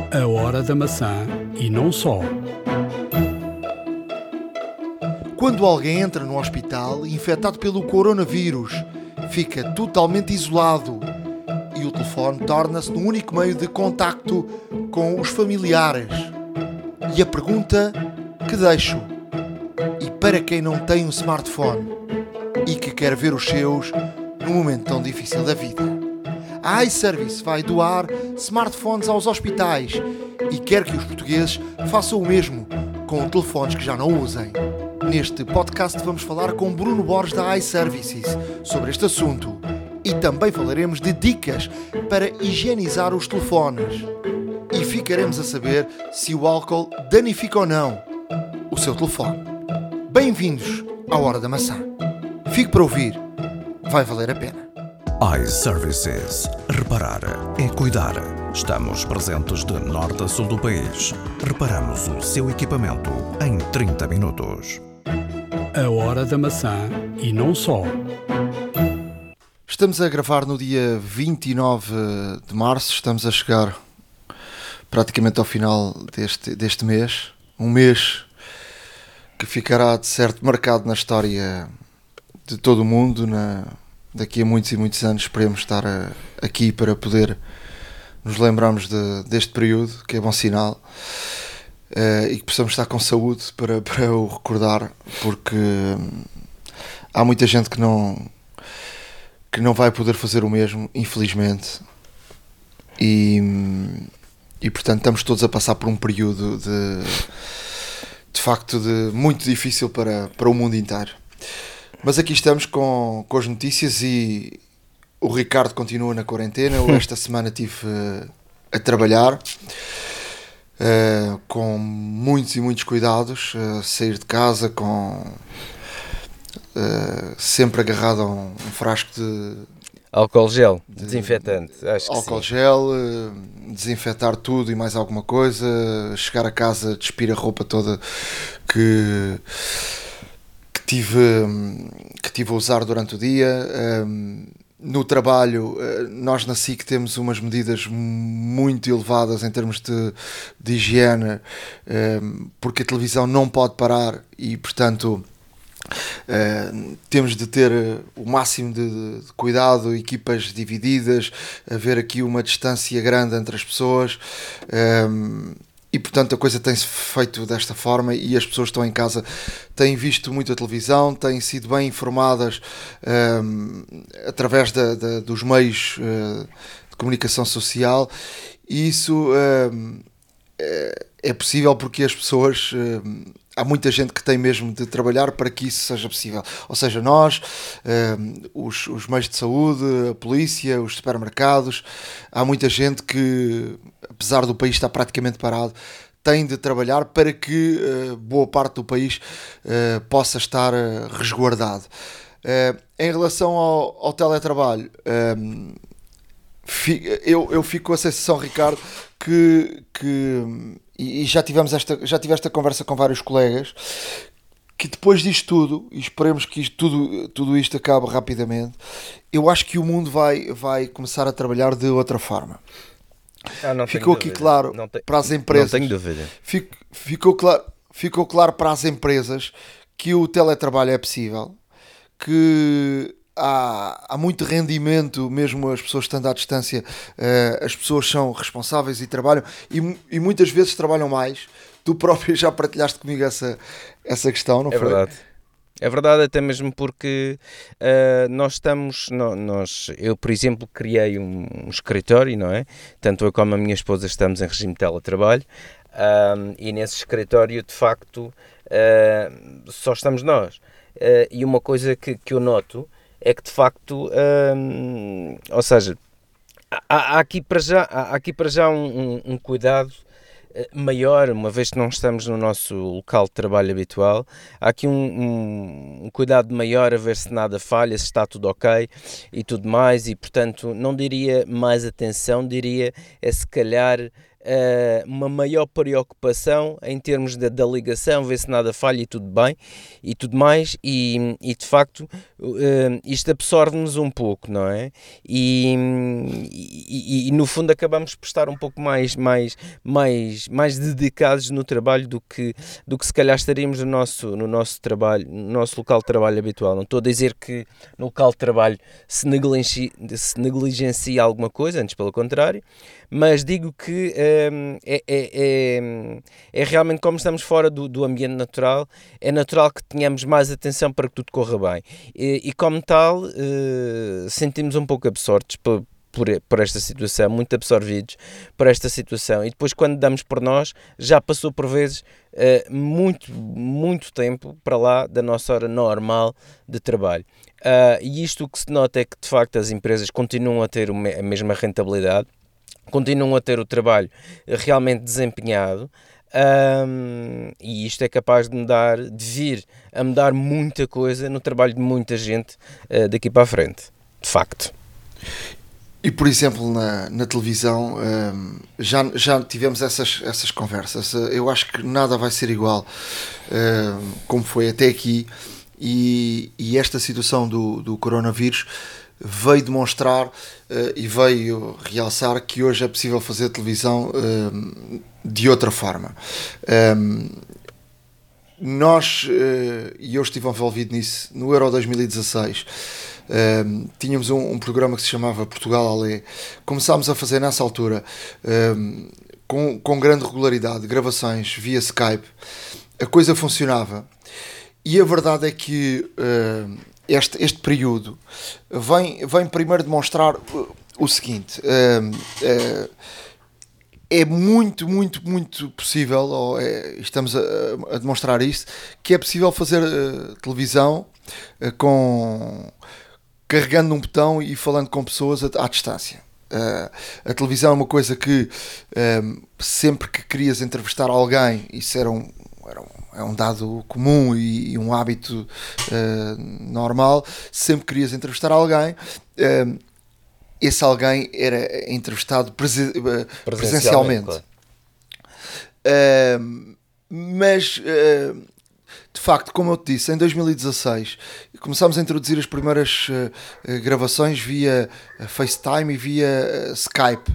A hora da maçã e não só. Quando alguém entra no hospital infectado pelo coronavírus, fica totalmente isolado e o telefone torna-se no único meio de contacto com os familiares. E a pergunta que deixo: e para quem não tem um smartphone e que quer ver os seus num momento tão difícil da vida? A iService vai doar smartphones aos hospitais e quer que os portugueses façam o mesmo com telefones que já não usem. Neste podcast vamos falar com Bruno Borges da iServices sobre este assunto e também falaremos de dicas para higienizar os telefones. E ficaremos a saber se o álcool danifica ou não o seu telefone. Bem-vindos à Hora da Maçã. Fique para ouvir, vai valer a pena. iServices. Reparar é cuidar. Estamos presentes de norte a sul do país. Reparamos o seu equipamento em 30 minutos. A hora da maçã e não só. Estamos a gravar no dia 29 de março, estamos a chegar praticamente ao final deste mês. Um mês que ficará de certo marcado na história de todo o mundo. Daqui a muitos e muitos anos esperemos estar aqui para poder nos lembrarmos deste período, que é bom sinal, e que possamos estar com saúde para o recordar, porque há muita gente que não vai poder fazer o mesmo, infelizmente, e portanto estamos todos a passar por um período de facto muito difícil para o mundo inteiro. Mas aqui estamos com as notícias e o Ricardo continua na quarentena. Eu esta semana estive a trabalhar com muitos e muitos cuidados, sair de casa sempre agarrado a um frasco de álcool gel, desinfetante, acho que álcool sim. gel, desinfetar tudo e mais alguma coisa, chegar a casa, despir a roupa toda que tive a usar durante o dia. No trabalho, nós na SIC temos umas medidas muito elevadas em termos de higiene, porque a televisão não pode parar e, portanto, temos de ter o máximo de cuidado, equipas divididas, haver aqui uma distância grande entre as pessoas. E portanto a coisa tem-se feito desta forma e as pessoas que estão em casa têm visto muito a televisão, têm sido bem informadas através dos meios de comunicação social, e isso é possível porque as pessoas... há muita gente que tem mesmo de trabalhar para que isso seja possível. Ou seja, nós, os meios de saúde, a polícia, os supermercados, há muita gente que, apesar do país estar praticamente parado, tem de trabalhar para que boa parte do país possa estar resguardado. Em relação ao teletrabalho, eu fico com a sensação, Ricardo, que e já tive esta conversa com vários colegas, que depois disto tudo, e esperemos que tudo isto acabe rapidamente, eu acho que o mundo vai começar a trabalhar de outra forma. Ficou aqui claro para as empresas. Não tenho dúvida. Ficou claro para as empresas que o teletrabalho é possível, que há muito rendimento, mesmo as pessoas estando à distância, as pessoas são responsáveis e trabalham, e muitas vezes trabalham mais. Tu próprio já partilhaste comigo essa questão, não foi? É verdade. É verdade, até mesmo porque eu, por exemplo, criei um escritório, não é? Tanto eu como a minha esposa estamos em regime de teletrabalho, e nesse escritório, de facto, só estamos nós. E uma coisa que eu noto é que, de facto, ou seja, há aqui para já um cuidado maior, uma vez que não estamos no nosso local de trabalho habitual. Há aqui um cuidado maior a ver se nada falha, se está tudo ok e tudo mais, e portanto não diria mais atenção, diria se calhar uma maior preocupação em termos da ligação, ver se nada falha e tudo bem e tudo mais, e de facto isto absorve-nos um pouco, não é? E no fundo acabamos por estar um pouco mais dedicados no trabalho do que se calhar estaríamos no nosso trabalho, no nosso local de trabalho habitual. Não estou a dizer que no local de trabalho se negligencia alguma coisa, antes pelo contrário, mas digo que é realmente, como estamos fora do ambiente natural, é natural que tenhamos mais atenção para que tudo corra bem. E como tal, sentimos um pouco absortos por esta situação, muito absorvidos por esta situação, e depois quando damos por nós, já passou por vezes muito tempo para lá da nossa hora normal de trabalho. E isto o que se nota é que de facto as empresas continuam a ter a mesma rentabilidade, continuam a ter o trabalho realmente desempenhado, e isto é capaz de vir a mudar muita coisa no trabalho de muita gente daqui para a frente, de facto. E, por exemplo, na televisão, já tivemos essas conversas. Eu acho que nada vai ser igual como foi até aqui, e esta situação do coronavírus veio demonstrar e veio realçar que hoje é possível fazer televisão de outra forma. Nós, e eu estive envolvido nisso, no Euro 2016, tínhamos um programa que se chamava Portugal Alé. Começámos a fazer nessa altura com grande regularidade gravações via Skype. A coisa funcionava, e a verdade é que este período vem primeiro demonstrar o seguinte: é muito possível, estamos a demonstrar isso, que é possível fazer televisão carregando num botão e falando com pessoas à distância. A televisão é uma coisa que sempre que querias entrevistar alguém, isso é um dado comum e um hábito normal, sempre que querias entrevistar alguém, esse alguém era entrevistado presencialmente. Claro. Mas de facto, como eu te disse, em 2016 começámos a introduzir as primeiras gravações via FaceTime e via Skype,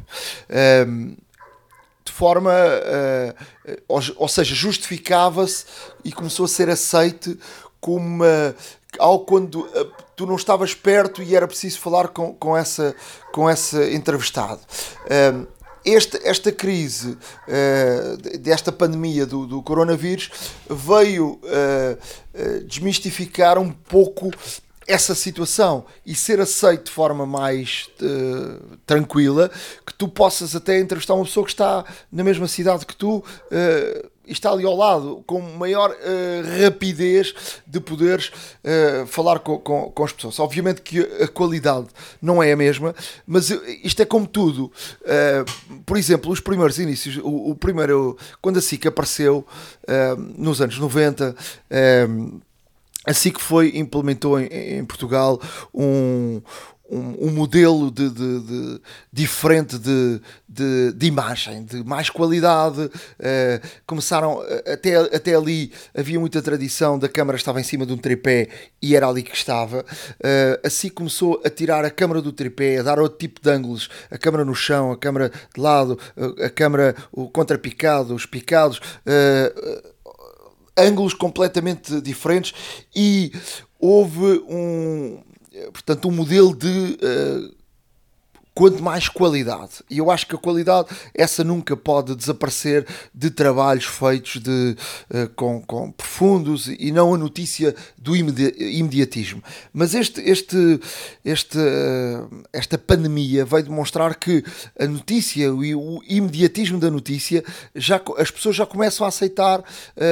de forma, ou seja, justificava-se e começou a ser aceite como algo quando tu não estavas perto e era preciso falar com esse entrevistado. Esta crise desta pandemia do coronavírus veio desmistificar um pouco essa situação e ser aceito de forma mais tranquila, que tu possas até entrevistar uma pessoa que está na mesma cidade que tu e está ali ao lado, com maior rapidez de poderes falar com as pessoas. Obviamente que a qualidade não é a mesma, mas isto é como tudo. Por exemplo, os primeiros inícios, o primeiro, quando a SIC apareceu nos anos 90, a SIC implementou em Portugal um modelo diferente de imagem, de mais qualidade. Começaram, até ali havia muita tradição da câmara estava em cima de um tripé e era ali que estava. Assim começou a tirar a câmara do tripé, a dar outro tipo de ângulos, a câmara no chão, a câmara de lado, a câmara, o contrapicado, os picados, ângulos completamente diferentes, e houve portanto, um modelo de quanto mais qualidade. E eu acho que a qualidade, essa nunca pode desaparecer de trabalhos feitos com profundos, e não a notícia do imediatismo. Mas esta pandemia veio demonstrar que a notícia e o imediatismo da notícia, as pessoas já começam a aceitar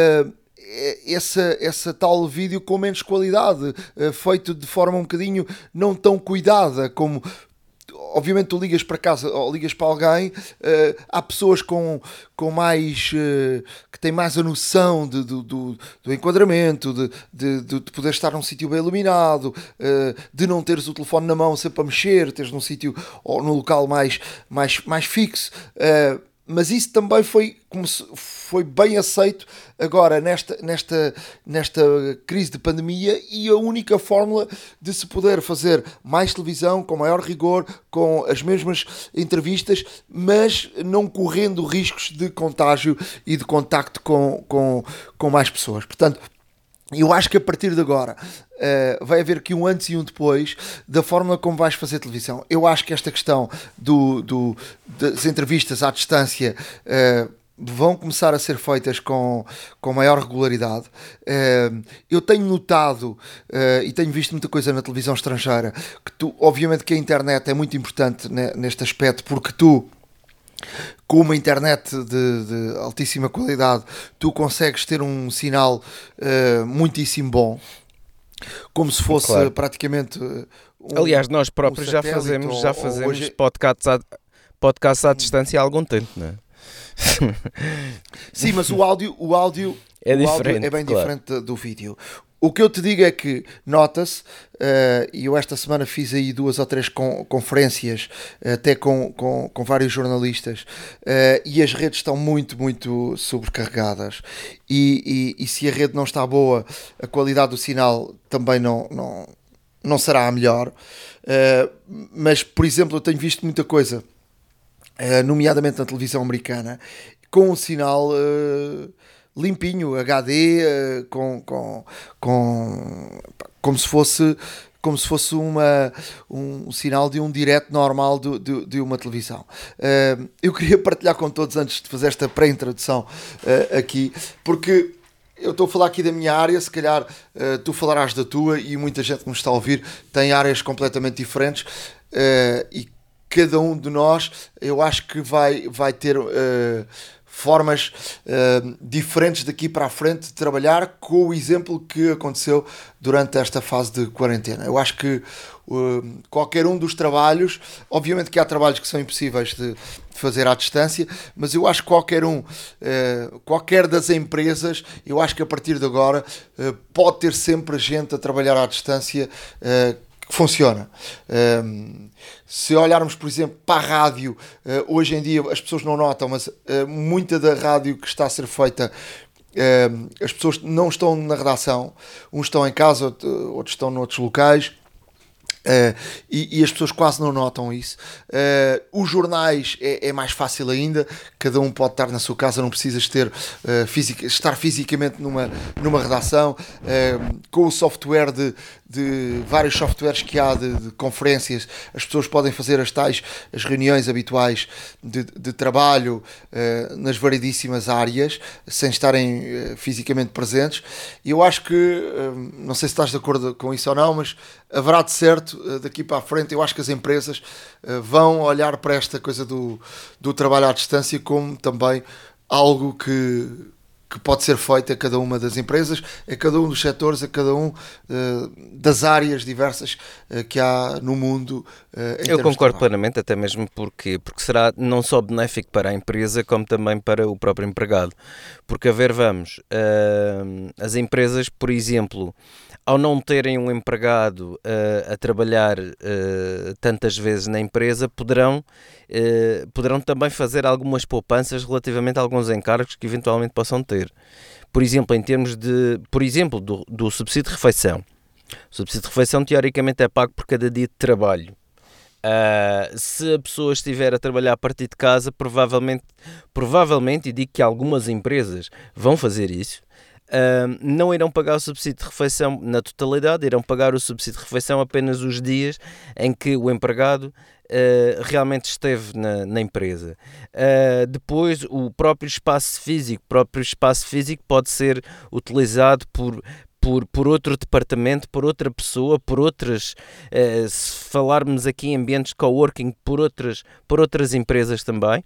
essa tal vídeo com menos qualidade, feito de forma um bocadinho não tão cuidada, como obviamente tu ligas para casa ou ligas para alguém. Há pessoas com mais que têm mais a noção do enquadramento, de poder estar num sítio bem iluminado, de não teres o telefone na mão sempre a mexer, teres num sítio ou num local mais fixo. Mas isso também foi bem aceito agora nesta crise de pandemia, e a única fórmula de se poder fazer mais televisão, com maior rigor, com as mesmas entrevistas, mas não correndo riscos de contágio e de contacto com mais pessoas. Portanto, eu acho que a partir de agora vai haver aqui um antes e um depois da forma como vais fazer televisão. Eu acho que esta questão das entrevistas à distância vão começar a ser feitas com maior regularidade. Eu tenho notado e tenho visto muita coisa na televisão estrangeira, obviamente que a internet é muito importante neste aspecto, porque tu, com uma internet de altíssima qualidade, tu consegues ter um sinal muitíssimo bom, como se fosse claro, praticamente aliás, nós próprios já fazemos hoje podcasts à distância há algum tempo, não é? Sim, mas o áudio é diferente, é bem claro, diferente do vídeo. O que eu te digo é que nota-se, e eu esta semana fiz aí 2 ou 3 conferências, até com vários jornalistas, e as redes estão muito, muito sobrecarregadas, e se a rede não está boa, a qualidade do sinal também não será a melhor. Mas, por exemplo, eu tenho visto muita coisa, nomeadamente na televisão americana, com um sinal limpinho, HD, como se fosse um sinal de um direto normal de uma televisão. Eu queria partilhar com todos, antes de fazer esta pré-introdução aqui, porque eu estou a falar aqui da minha área, se calhar tu falarás da tua, e muita gente que nos está a ouvir tem áreas completamente diferentes, e cada um de nós, eu acho que vai ter formas diferentes daqui para a frente de trabalhar, com o exemplo que aconteceu durante esta fase de quarentena. Eu acho que qualquer um dos trabalhos, obviamente que há trabalhos que são impossíveis de fazer à distância, mas eu acho que qualquer das empresas, eu acho que a partir de agora pode ter sempre gente a trabalhar à distância que funciona. Se olharmos, por exemplo, para a rádio, hoje em dia as pessoas não notam, mas muita da rádio que está a ser feita, as pessoas não estão na redação, uns estão em casa, outros estão noutros locais. E as pessoas quase não notam isso. Os jornais é mais fácil ainda, cada um pode estar na sua casa, não precisas estar fisicamente numa redação. Com o software de vários softwares que há de conferências, as pessoas podem fazer as reuniões habituais de trabalho nas variedíssimas áreas, sem estarem fisicamente presentes. E eu acho que, não sei se estás de acordo com isso ou não, mas haverá de certo, daqui para a frente, eu acho que as empresas vão olhar para esta coisa do trabalho à distância como também algo que pode ser feito a cada uma das empresas, a cada um dos setores, a cada um das áreas diversas que há no mundo. Eu concordo plenamente, até mesmo porque será não só benéfico para a empresa, como também para o próprio empregado. Porque, a ver, as empresas, por exemplo, ao não terem um empregado a trabalhar tantas vezes na empresa, poderão também fazer algumas poupanças relativamente a alguns encargos que eventualmente possam ter. Por exemplo, em termos do subsídio de refeição. O subsídio de refeição teoricamente é pago por cada dia de trabalho. Se a pessoa estiver a trabalhar a partir de casa, provavelmente, e digo que algumas empresas vão fazer isso, não irão pagar o subsídio de refeição na totalidade, irão pagar o subsídio de refeição apenas os dias em que o empregado realmente esteve na empresa. Depois, o próprio espaço físico pode ser utilizado por outro departamento, por outra pessoa, por outras, se falarmos aqui em ambientes de coworking, por outras empresas também.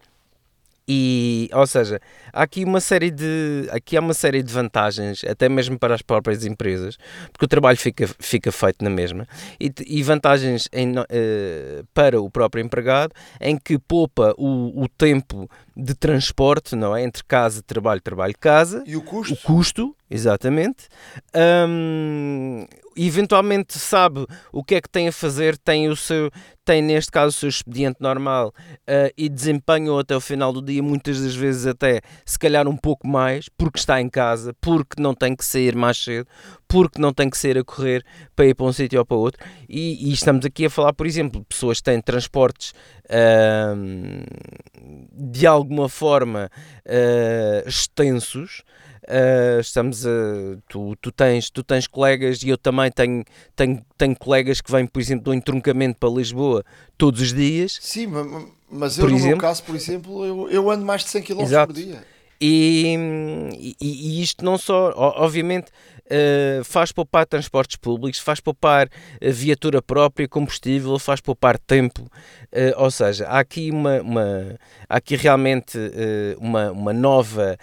E, ou seja, há aqui uma série de vantagens, até mesmo para as próprias empresas, porque o trabalho fica feito na mesma, e vantagens para o próprio empregado, em que poupa o tempo de transporte, não é? Entre casa, trabalho, casa, e o custo. exatamente. Eventualmente sabe o que é que tem a fazer, tem neste caso o seu expediente normal, e desempenha até o final do dia, muitas das vezes até se calhar um pouco mais, porque está em casa, porque não tem que sair mais cedo, porque não tem que sair a correr para ir para um sítio ou para outro, e estamos aqui a falar, por exemplo, de pessoas que têm transportes de alguma forma extensos. Tu tens colegas, e eu também tenho colegas que vêm, por exemplo, do entroncamento para Lisboa todos os dias. Sim, mas eu, no meu caso, por exemplo, eu ando mais de 100 km por dia. E isto não só, obviamente, faz poupar transportes públicos, faz poupar viatura própria, combustível, faz poupar tempo, ou seja, há aqui realmente uma nova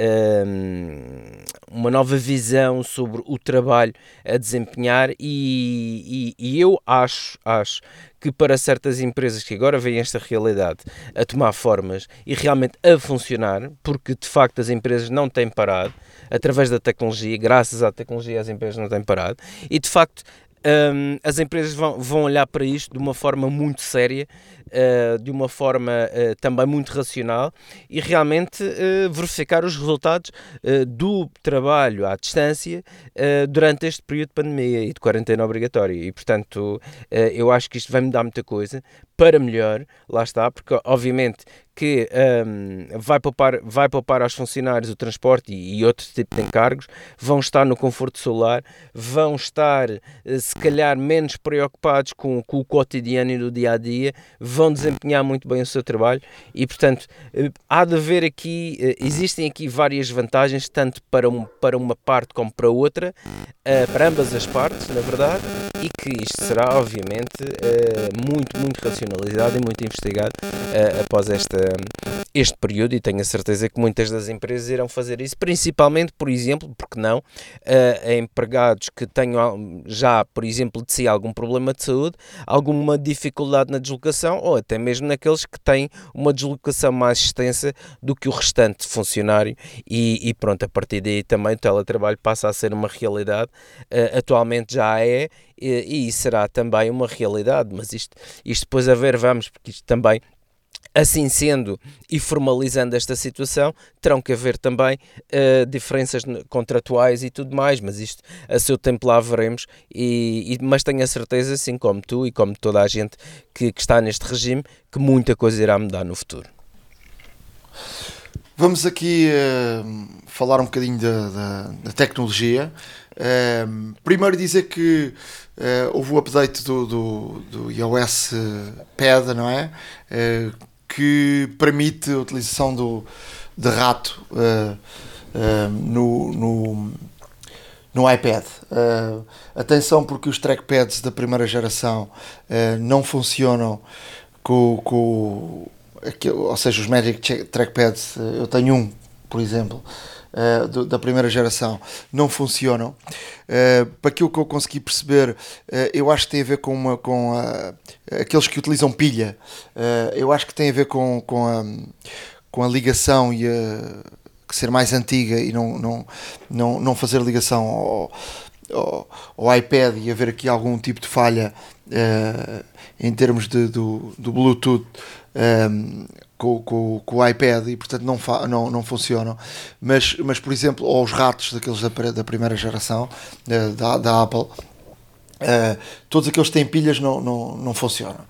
visão sobre o trabalho a desempenhar, e eu acho que para certas empresas que agora veem esta realidade a tomar formas e realmente a funcionar, porque de facto as empresas não têm parado, através da tecnologia, graças à tecnologia as empresas não têm parado, e de facto as empresas vão olhar para isto de uma forma muito séria, de uma forma também muito racional, e realmente verificar os resultados do trabalho à distância durante este período de pandemia e de quarentena obrigatória. E portanto eu acho que isto vai mudar muita coisa para melhor, lá está, porque obviamente que vai poupar aos funcionários o transporte e outros tipos de encargos, vão estar no conforto celular, vão estar se calhar menos preocupados com o cotidiano e do dia-a-dia, vão desempenhar muito bem o seu trabalho, e portanto há de haver aqui, existem aqui várias vantagens, tanto para uma parte como para outra, para ambas as partes, na verdade, e que isto será obviamente muito, muito racionalizado e muito investigado após este período, e tenho a certeza que muitas das empresas irão fazer isso, principalmente, por exemplo, porque não, a empregados que tenham já, por exemplo, de si algum problema de saúde, alguma dificuldade na deslocação, ou até mesmo naqueles que têm uma deslocação mais extensa do que o restante funcionário, e pronto, a partir daí também o teletrabalho passa a ser uma realidade, atualmente já é, e será também uma realidade, mas isto depois a ver, vamos, porque isto também, assim sendo e formalizando esta situação, terão que haver também diferenças contratuais e tudo mais, mas isto a seu tempo lá veremos, mas tenho a certeza, assim como tu e como toda a gente que está neste regime, que muita coisa irá mudar no futuro. Vamos aqui falar um bocadinho da tecnologia. Primeiro dizer que houve o update do iOS Pad, não é? Que permite a utilização de rato no iPad. Atenção, porque os trackpads da primeira geração não funcionam ou seja, os Magic Trackpads, eu tenho um, por exemplo, da primeira geração, não funcionam. Para aquilo que eu consegui perceber, eu acho que tem a ver com aqueles que utilizam pilha. Eu acho que tem a ver com a ligação e que ser mais antiga e não fazer ligação ao iPad, e haver aqui algum tipo de falha em termos do Bluetooth com o iPad, e portanto não funcionam, mas por exemplo, ou os ratos daqueles da primeira geração da Apple, todos aqueles que têm pilhas não funcionam.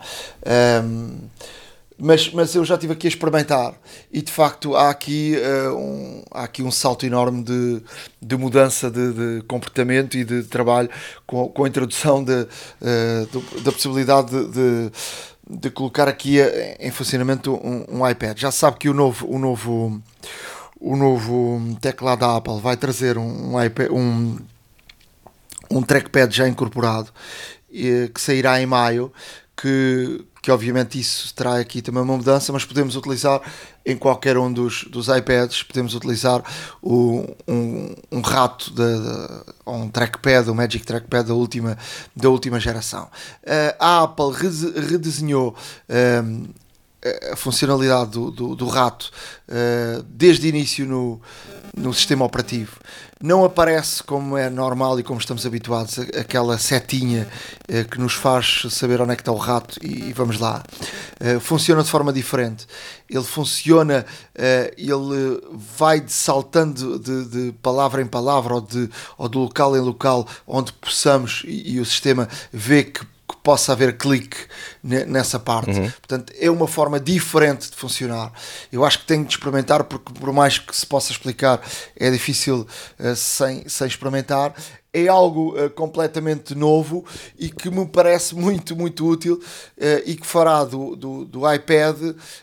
Mas eu já estive aqui a experimentar, e de facto há aqui um salto enorme de mudança de comportamento e de trabalho com a introdução da possibilidade de colocar aqui em funcionamento um iPad. Já sabe que o novo teclado da Apple vai trazer um trackpad já incorporado, que sairá em maio, que obviamente isso terá aqui também uma mudança, mas podemos utilizar em qualquer um dos iPads, podemos utilizar um rato ou um trackpad, um Magic Trackpad da última geração. A Apple redesenhou a funcionalidade do rato desde o início no sistema operativo. Não aparece, como é normal e como estamos habituados, aquela setinha que nos faz saber onde é que está o rato e vamos lá. Funciona de forma diferente. Ele funciona, ele vai saltando de palavra em palavra ou de local em local onde possamos e o sistema vê que possa haver clique nessa parte. Portanto, é uma forma diferente de funcionar. Eu acho que tenho de experimentar, porque por mais que se possa explicar, é difícil sem experimentar. É algo completamente novo e que me parece muito, muito útil e que fará do iPad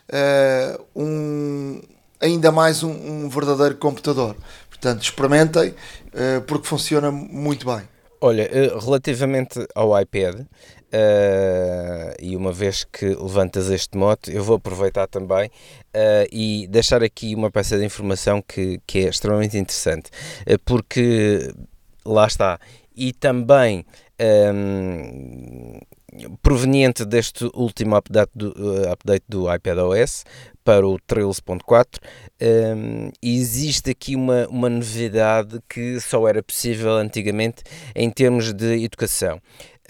ainda mais um verdadeiro computador. Portanto, experimentem porque funciona muito bem. Olha, relativamente ao iPad, e uma vez que levantas este mote, eu vou aproveitar também e deixar aqui uma peça de informação que é extremamente interessante, porque lá está, e também proveniente deste último update do iPadOS para o 13.4, existe aqui uma novidade que só era possível antigamente em termos de educação.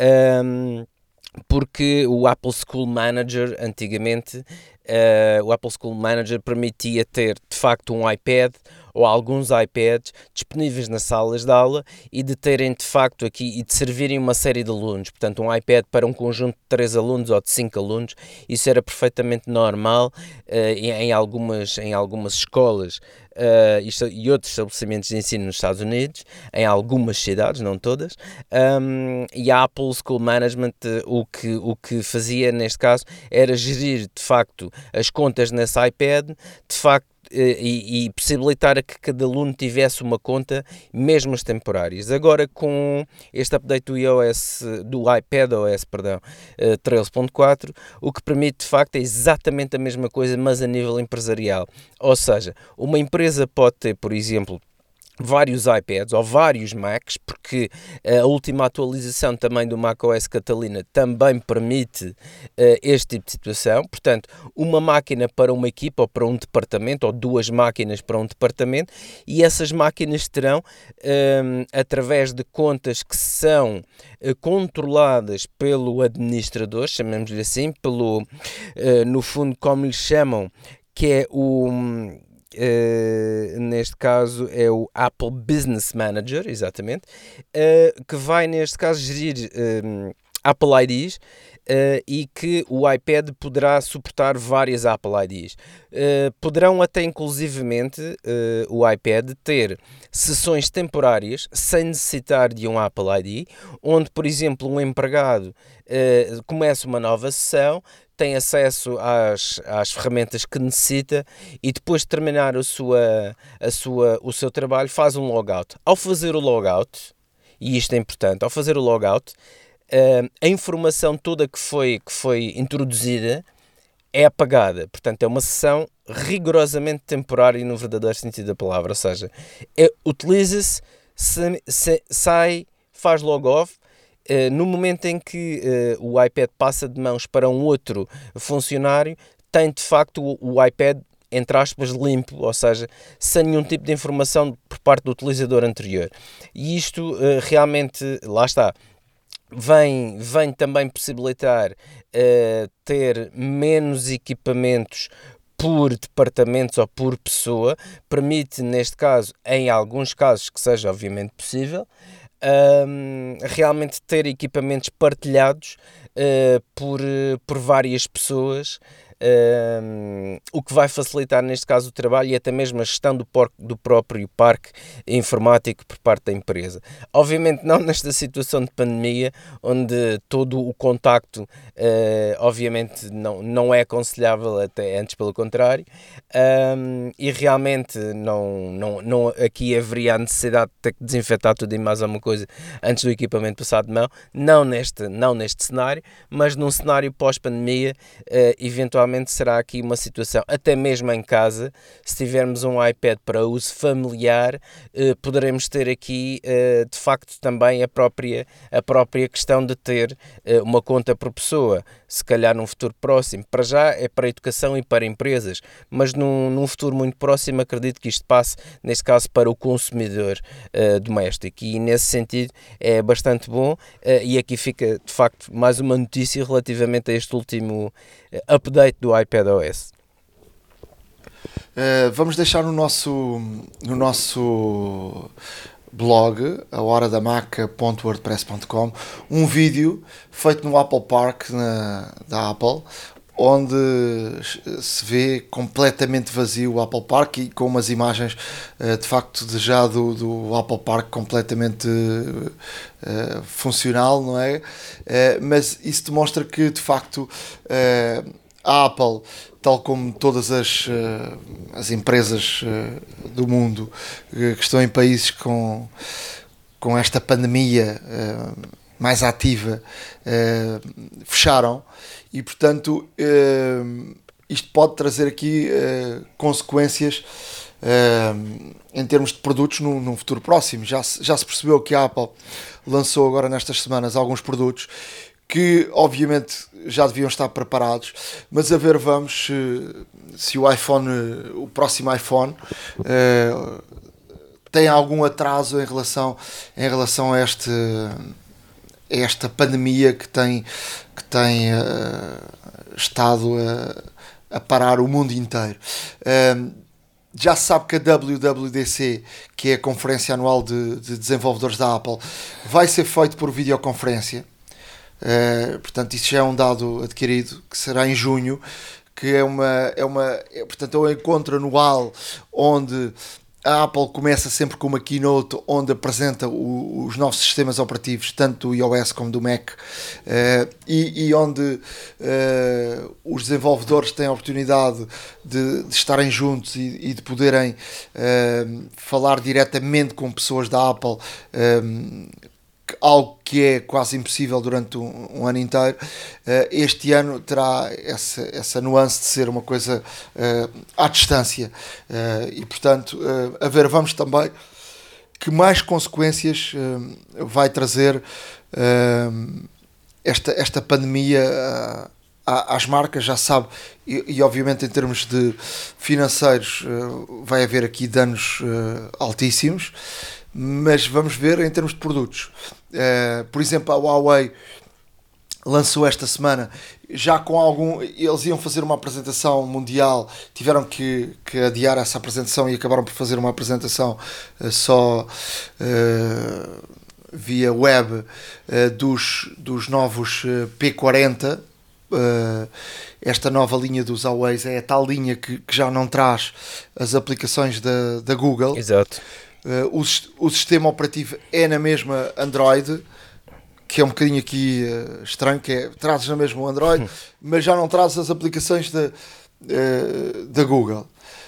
Porque o Apple School Manager, antigamente, o Apple School Manager permitia ter, de facto, um iPad ou alguns iPads disponíveis nas salas de aula e de terem, de facto, aqui e de servirem uma série de alunos. Portanto, um iPad para um conjunto de 3 alunos ou de 5 alunos, isso era perfeitamente normal em algumas escolas e outros estabelecimentos de ensino nos Estados Unidos, em algumas cidades, não todas, e a Apple School Management o que fazia neste caso era gerir de facto as contas nesse iPad, de facto, e possibilitar a que cada aluno tivesse uma conta, mesmo as temporárias. Agora, com este update do iPadOS 13.4, o que permite de facto é exatamente a mesma coisa, mas a nível empresarial. Ou seja, uma empresa pode ter, por exemplo, vários iPads ou vários Macs, porque a última atualização também do macOS Catalina também permite este tipo de situação. Portanto, uma máquina para uma equipa ou para um departamento, ou 2 máquinas para um departamento, e essas máquinas terão, através de contas que são controladas pelo administrador, chamemos-lhe assim, no fundo, como lhe chamam, que é neste caso é o Apple Business Manager, exatamente, que vai neste caso gerir Apple IDs e que o iPad poderá suportar várias Apple IDs. Poderão até inclusivamente o iPad ter sessões temporárias sem necessitar de um Apple ID, onde, por exemplo, um empregado começa uma nova sessão, tem acesso às ferramentas que necessita e depois de terminar o seu trabalho faz um logout. Ao fazer o logout, e isto é importante, ao fazer o logout, a informação toda que foi introduzida é apagada. Portanto, é uma sessão rigorosamente temporária no verdadeiro sentido da palavra. Ou seja, utiliza-se, sai, faz log-off. No momento em que o iPad passa de mãos para um outro funcionário, tem de facto o iPad, entre aspas, limpo, ou seja, sem nenhum tipo de informação por parte do utilizador anterior. E isto realmente, lá está, vem também possibilitar ter menos equipamentos por departamentos ou por pessoa, permite, neste caso, em alguns casos que seja obviamente possível, realmente ter equipamentos partilhados por várias pessoas, o que vai facilitar neste caso o trabalho e até mesmo a gestão do próprio parque informático por parte da empresa. Obviamente não nesta situação de pandemia, onde todo o contacto obviamente não é aconselhável, até antes pelo contrário, e realmente não aqui haveria a necessidade de ter que desinfetar tudo e mais alguma coisa antes do equipamento passar de mão, não neste cenário, mas num cenário pós-pandemia, eventualmente provavelmente será aqui uma situação, até mesmo em casa, se tivermos um iPad para uso familiar, poderemos ter aqui, de facto, também a própria questão de ter uma conta por pessoa, se calhar num futuro próximo. Para já é para a educação e para empresas, mas num futuro muito próximo acredito que isto passe, neste caso, para o consumidor doméstico, e nesse sentido é bastante bom, e aqui fica, de facto, mais uma notícia relativamente a este último update do iPadOS. Vamos deixar no nosso blog, ahoradamaca.wordpress.com, um vídeo feito no Apple Park da Apple, onde se vê completamente vazio o Apple Park e com umas imagens de facto do Apple Park completamente funcional, não é? Mas isso demonstra que de facto a Apple, tal como todas as empresas do mundo que estão em países com esta pandemia mais ativa, fecharam, e portanto isto pode trazer aqui consequências em termos de produtos num futuro próximo. Já se percebeu que a Apple lançou agora nestas semanas alguns produtos que obviamente já deviam estar preparados, mas a ver vamos se o próximo iPhone tem algum atraso em relação a esta pandemia que tem estado a parar o mundo inteiro. Já se sabe que a WWDC, que é a conferência anual de desenvolvedores da Apple, vai ser feito por videoconferência. Portanto, isso já é um dado adquirido, que será em junho, que é um encontro anual onde a Apple começa sempre com uma keynote onde apresenta os novos sistemas operativos, tanto do iOS como do Mac, e onde os desenvolvedores têm a oportunidade de estarem juntos e de poderem falar diretamente com pessoas da Apple, algo que é quase impossível durante um ano inteiro. Este ano terá essa nuance de ser uma coisa à distância, e portanto a ver vamos também que mais consequências vai trazer esta pandemia às marcas. Já sabe, e obviamente em termos de financeiros vai haver aqui danos altíssimos, mas vamos ver em termos de produtos. Por exemplo, a Huawei lançou esta semana, já com eles iam fazer uma apresentação mundial, tiveram que adiar essa apresentação e acabaram por fazer uma apresentação só via web dos novos P40. Esta nova linha dos Huawei é a tal linha que já não traz as aplicações da Google. Exato. O sistema operativo é na mesma Android, que é um bocadinho aqui estranho, que trazes na mesma Android, mas já não trazes as aplicações da Google.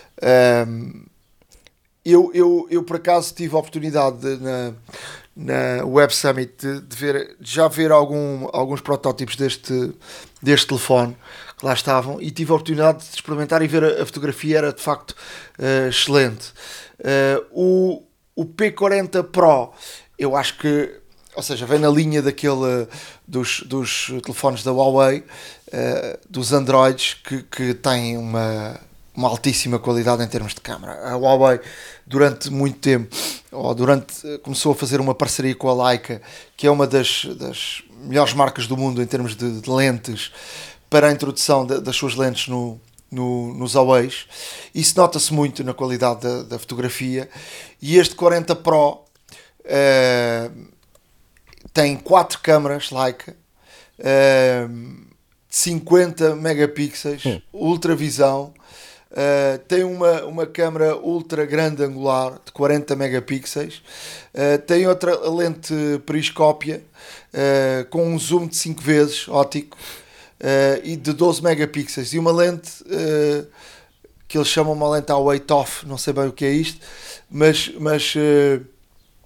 Eu por acaso tive a oportunidade na Web Summit de ver alguns protótipos deste telefone que lá estavam, e tive a oportunidade de experimentar e ver a fotografia, era de facto excelente. O P40 Pro, eu acho que, ou seja, vem na linha dos telefones da Huawei, dos Androids, que têm uma altíssima qualidade em termos de câmara. A Huawei, durante muito tempo, começou a fazer uma parceria com a Leica, que é uma das melhores marcas do mundo em termos de lentes, para a introdução das suas lentes nos Huawei. Isso nota-se muito na qualidade da fotografia. E este 40 Pro tem 4 câmaras Leica, 50 megapixels, ultravisão, tem uma câmara ultra grande angular de 40 megapixels, tem outra lente periscópia com um zoom de 5 vezes óptico, e de 12 megapixels, e uma lente que eles chamam uma lente Weight Off, não sei bem o que é isto, mas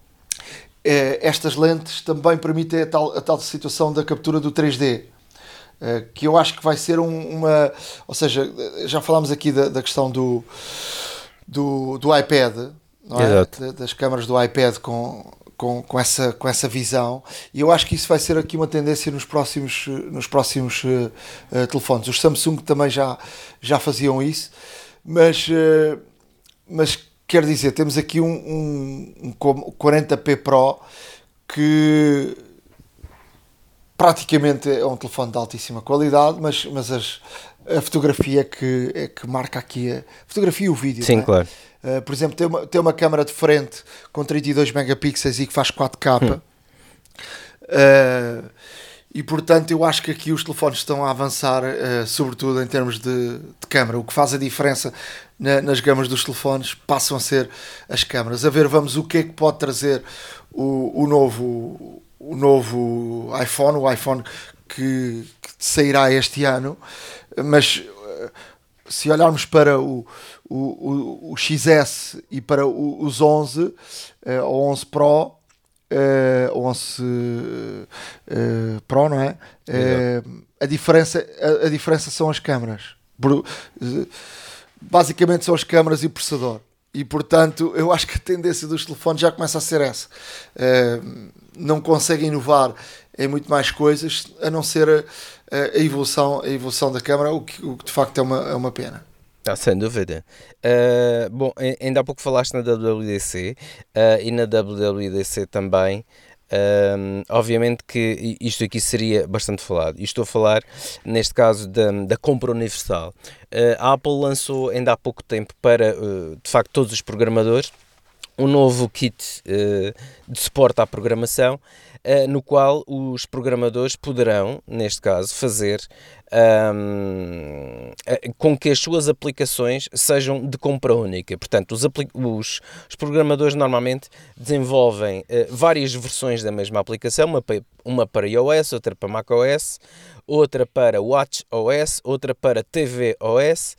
estas lentes também permitem a tal situação da captura do 3D. que eu acho que vai ser uma... Ou seja, já falámos aqui da questão do iPad, não é? Exato. Das câmaras do iPad com essa visão, e eu acho que isso vai ser aqui uma tendência nos próximos telefones. Os Samsung também já faziam isso, mas quer dizer, temos aqui um 40p Pro que praticamente é um telefone de altíssima qualidade, mas a fotografia é que marca aqui a fotografia e o vídeo. Sim, não é? claro. Por exemplo, tem uma câmara de frente com 32 megapixels e que faz 4K. E portanto eu acho que aqui os telefones estão a avançar, sobretudo em termos de câmara. O que faz a diferença nas gamas dos telefones passam a ser as câmaras. A ver, vamos, o que é que pode trazer o novo iPhone, o iPhone que sairá este ano. Mas se olharmos para o XS e para os 11, o 11 Pro, o 11 Pro, não é? A diferença são as câmaras. Basicamente são as câmaras e o processador. E portanto eu acho que a tendência dos telefones já começa a ser essa. Não conseguem inovar em muito mais coisas a não ser a evolução da câmara, o que de facto é uma pena. Sem dúvida. Bom, ainda há pouco falaste na WWDC, e na WWDC também, obviamente que isto aqui seria bastante falado, e estou a falar neste caso da compra universal. A Apple lançou ainda há pouco tempo para, de facto, todos os programadores, um novo kit de suporte à programação, no qual os programadores poderão, neste caso, fazer com que as suas aplicações sejam de compra única. Portanto, os programadores normalmente desenvolvem várias versões da mesma aplicação, uma para iOS, outra para macOS, outra para watchOS, outra para tvOS.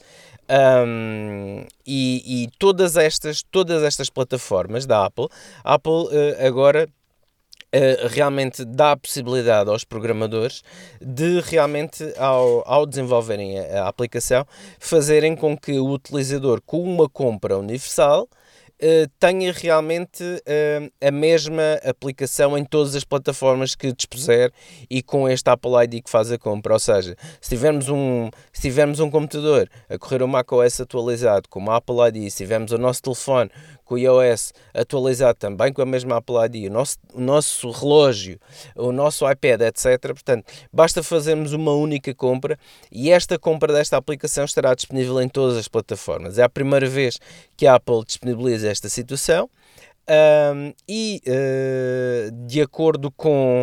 E todas estas plataformas da Apple, a Apple agora realmente dá a possibilidade aos programadores de realmente, ao desenvolverem a aplicação, fazerem com que o utilizador, com uma compra universal, tenha realmente a mesma aplicação em todas as plataformas que dispuser e com este Apple ID que faz a compra. Ou seja, se tivermos um computador a correr o macOS atualizado com o Apple ID, se tivermos o nosso telefone com o iOS atualizado também com a mesma Apple ID, o nosso relógio, o nosso iPad, etc. Portanto, basta fazermos uma única compra e esta compra desta aplicação estará disponível em todas as plataformas. É a primeira vez que a Apple disponibiliza esta situação. De acordo com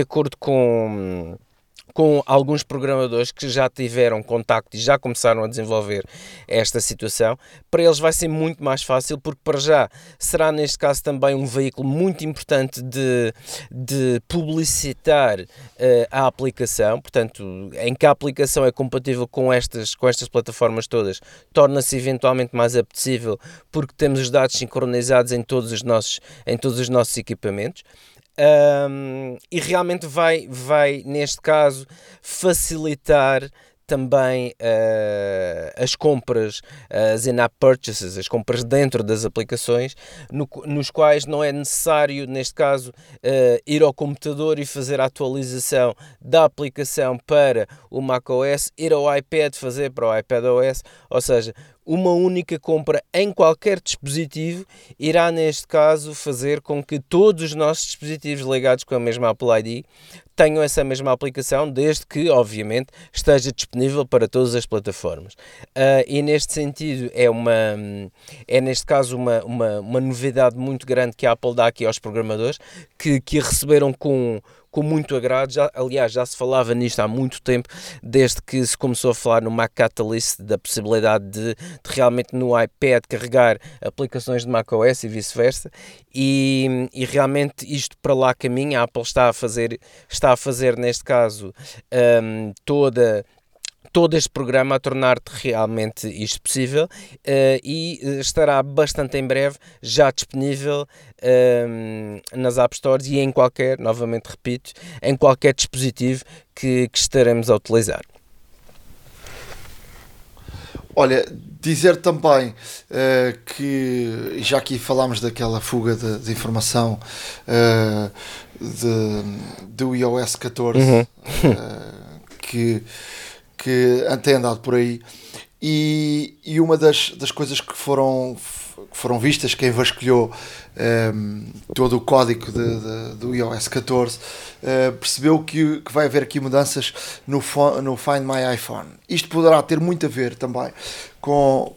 alguns programadores que já tiveram contacto e já começaram a desenvolver esta situação, para eles vai ser muito mais fácil, porque para já será neste caso também um veículo muito importante de publicitar a aplicação. Portanto, em que a aplicação é compatível com estas plataformas todas, torna-se eventualmente mais apetecível, porque temos os dados sincronizados em todos os nossos equipamentos. E realmente vai, neste caso, facilitar também as compras, as in-app purchases, as compras dentro das aplicações, nos quais não é necessário, neste caso, ir ao computador e fazer a atualização da aplicação para o macOS, ir ao iPad fazer para o iPadOS, ou seja, uma única compra em qualquer dispositivo irá, neste caso, fazer com que todos os nossos dispositivos ligados com a mesma Apple ID tenham essa mesma aplicação, desde que, obviamente, esteja disponível para todas as plataformas. E neste sentido é neste caso uma novidade muito grande que a Apple dá aqui aos programadores, que a receberam com muito agrado. Aliás, já se falava nisto há muito tempo, desde que se começou a falar no Mac Catalyst, da possibilidade de realmente no iPad carregar aplicações de macOS e vice-versa, e realmente isto para lá caminha. A Apple está a fazer neste caso toda todo este programa a tornar-te realmente isto possível, e estará bastante em breve já disponível nas App Stores e em qualquer, novamente repito, em qualquer dispositivo que estaremos a utilizar. Olha, dizer também que, já aqui falámos daquela fuga de informação do iOS 14, que tem andado por aí, e uma das coisas que foram vistas, quem vasculhou todo o código do iOS 14, percebeu que vai haver aqui mudanças no Find My iPhone. Isto poderá ter muito a ver também com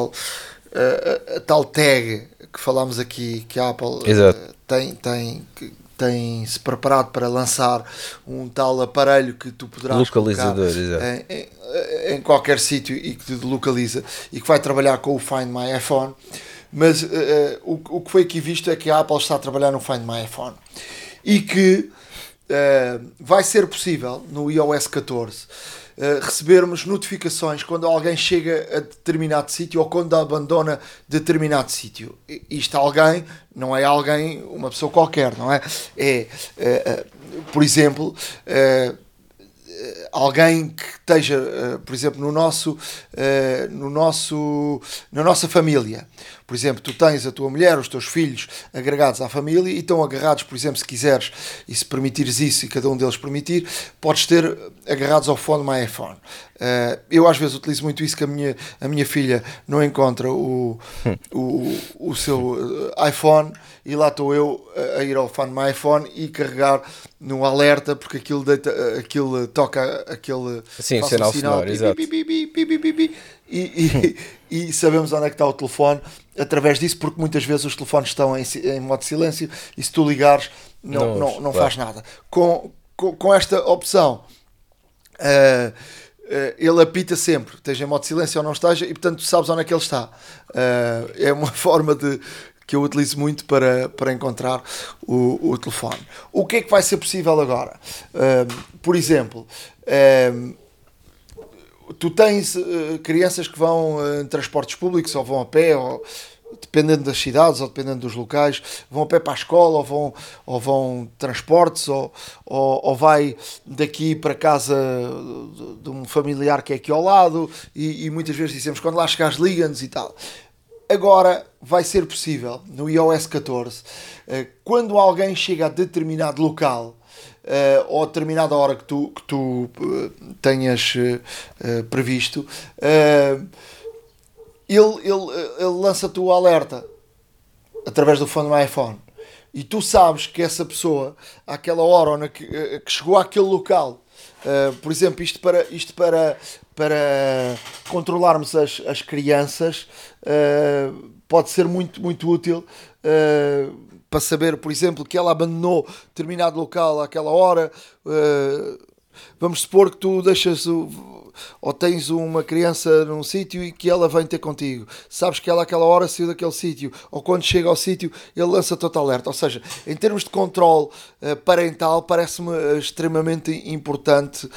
a tal tag que falámos aqui, que a Apple tem-se preparado para lançar um tal aparelho que tu poderás localizador, em qualquer sítio e que te localiza e que vai trabalhar com o Find My iPhone. Mas o que foi aqui visto é que a Apple está a trabalhar no Find My iPhone e que vai ser possível no iOS 14 recebermos notificações quando alguém chega a determinado sítio ou quando abandona determinado sítio. Isto alguém, não é alguém, uma pessoa qualquer, não é? Por exemplo, alguém que esteja, por exemplo, na nossa família. Por exemplo, tu tens a tua mulher, os teus filhos agregados à família e estão agarrados, por exemplo, se quiseres e se permitires isso e cada um deles permitir, podes ter agarrados ao Find My iPhone. Eu às vezes utilizo muito isso, que a minha filha não encontra o seu iPhone e lá estou eu a ir ao Find My iPhone e carregar no alerta, porque aquilo toca aquele sinal sonoro, exato. E sabemos onde é que está o telefone através disso, porque muitas vezes os telefones estão em modo silêncio e se tu ligares não faz nada. Com esta opção ele apita sempre, esteja em modo silêncio ou não esteja, e portanto tu sabes onde é que ele está. É uma forma que eu utilizo muito para encontrar o telefone. O que é que vai ser possível agora? Por exemplo, tu tens crianças que vão em transportes públicos ou vão a pé, ou dependendo das cidades ou dependendo dos locais, vão a pé para a escola ou vão transportes ou vai daqui para casa de um familiar que é aqui ao lado e muitas vezes dizemos, quando lá chegares liga-nos e tal. Agora vai ser possível no iOS 14, quando alguém chega a determinado local ou a determinada hora que tu tenhas previsto, ele lança-te o alerta através do Find My iPhone e tu sabes que essa pessoa àquela hora que chegou àquele local, por exemplo, isto para controlarmos as crianças, pode ser muito, muito útil para saber, por exemplo, que ela abandonou determinado local àquela hora. Vamos supor que tu deixas ou tens uma criança num sítio e que ela vem ter contigo. Sabes que ela àquela hora saiu daquele sítio, ou quando chega ao sítio ele lança-te outro alerta. Ou seja, em termos de controle parental, parece-me extremamente importante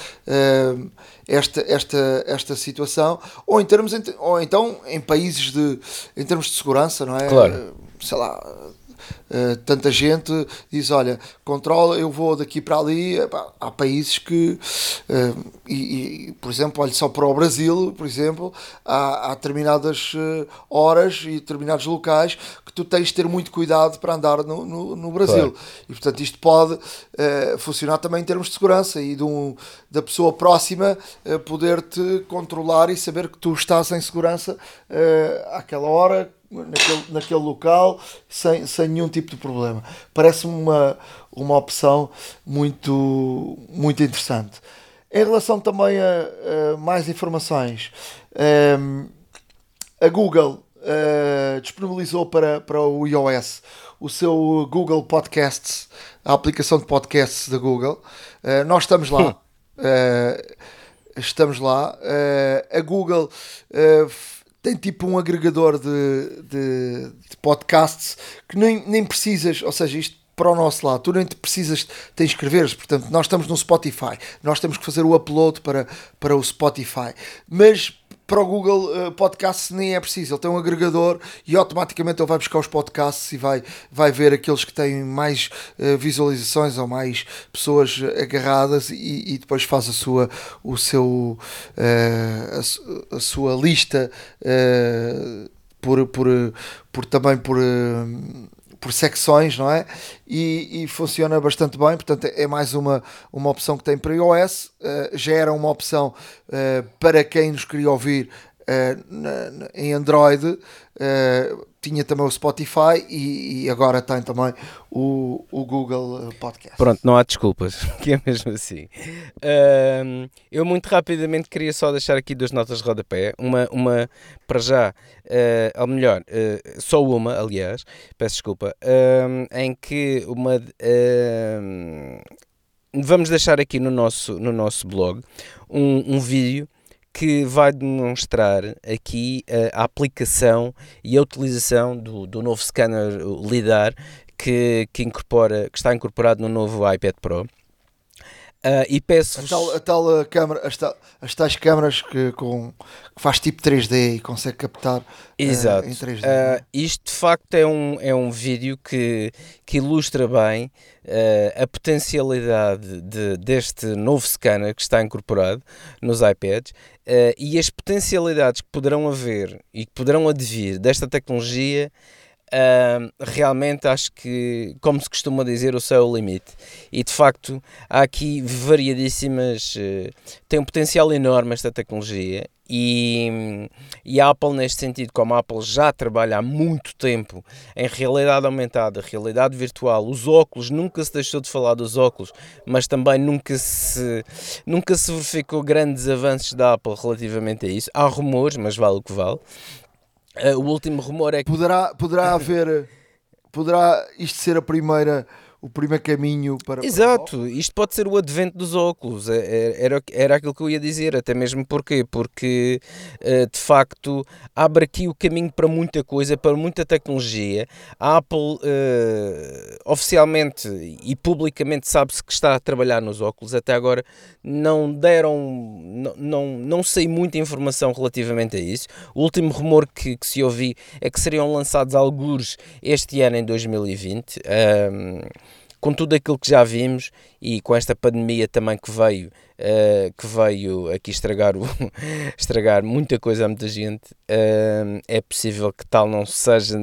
esta situação, ou então em países em termos de segurança, não é? Claro. Sei lá, tanta gente diz, olha, controla, eu vou daqui para ali. Há países que por exemplo, olha só para o Brasil, por exemplo, há determinadas horas e determinados locais que tu tens de ter muito cuidado para andar no Brasil. Claro. E portanto isto pode funcionar também em termos de segurança e da pessoa próxima poder-te controlar e saber que tu estás em segurança àquela hora, naquele local, sem nenhum tipo de problema. Parece-me uma opção muito, muito interessante. Em relação também a mais informações, a Google disponibilizou para o iOS o seu Google Podcasts, a aplicação de podcasts da Google. Nós estamos lá. A Google tem tipo um agregador de podcasts que nem precisas, ou seja, isto para o nosso lado. Tu nem te precisas te inscreveres. Portanto, nós estamos no Spotify. Nós temos que fazer o upload para o Spotify. Mas para o Google Podcasts nem é preciso. Ele tem um agregador e automaticamente ele vai buscar os podcasts e vai ver aqueles que têm mais visualizações ou mais pessoas agarradas e depois faz a sua lista por secções, não é? E funciona bastante bem, portanto é mais uma opção que tem para iOS, já era uma opção para quem nos queria ouvir em Android, tinha também o Spotify e agora tem também o Google Podcast. Pronto, não há desculpas, que é mesmo assim. Eu muito rapidamente queria só deixar aqui 2 notas de rodapé, uma para já, ou melhor, só uma, aliás, peço desculpa, em que vamos deixar aqui no nosso blog um vídeo que vai demonstrar aqui a aplicação e a utilização do novo scanner LiDAR que está incorporado no novo iPad Pro. E peço-vos... As tais câmaras que faz tipo 3D e consegue captar Exato. Em 3D. Isto de facto é um vídeo que ilustra bem a potencialidade deste novo scanner que está incorporado nos iPads e as potencialidades que poderão haver e que poderão advir desta tecnologia. Realmente acho que, como se costuma dizer, o céu é o limite e de facto há aqui variadíssimas, tem um potencial enorme esta tecnologia e a Apple, neste sentido, como a Apple já trabalha há muito tempo em realidade aumentada, realidade virtual, os óculos, nunca se deixou de falar dos óculos, mas também nunca se verificou grandes avanços da Apple relativamente a isso. Há rumores, mas vale o que vale. O último rumor é que... Poderá isto ser o primeiro caminho para... Exato, isto pode ser o advento dos óculos, era aquilo que eu ia dizer, até mesmo porque de facto abre aqui o caminho para muita coisa, para muita tecnologia. A Apple oficialmente e publicamente sabe-se que está a trabalhar nos óculos, até agora não sei muita informação relativamente a isso. O último rumor que se ouviu é que seriam lançados algures este ano em 2020, com tudo aquilo que já vimos e com esta pandemia também que veio aqui estragar muita coisa a muita gente, é possível que tal não seja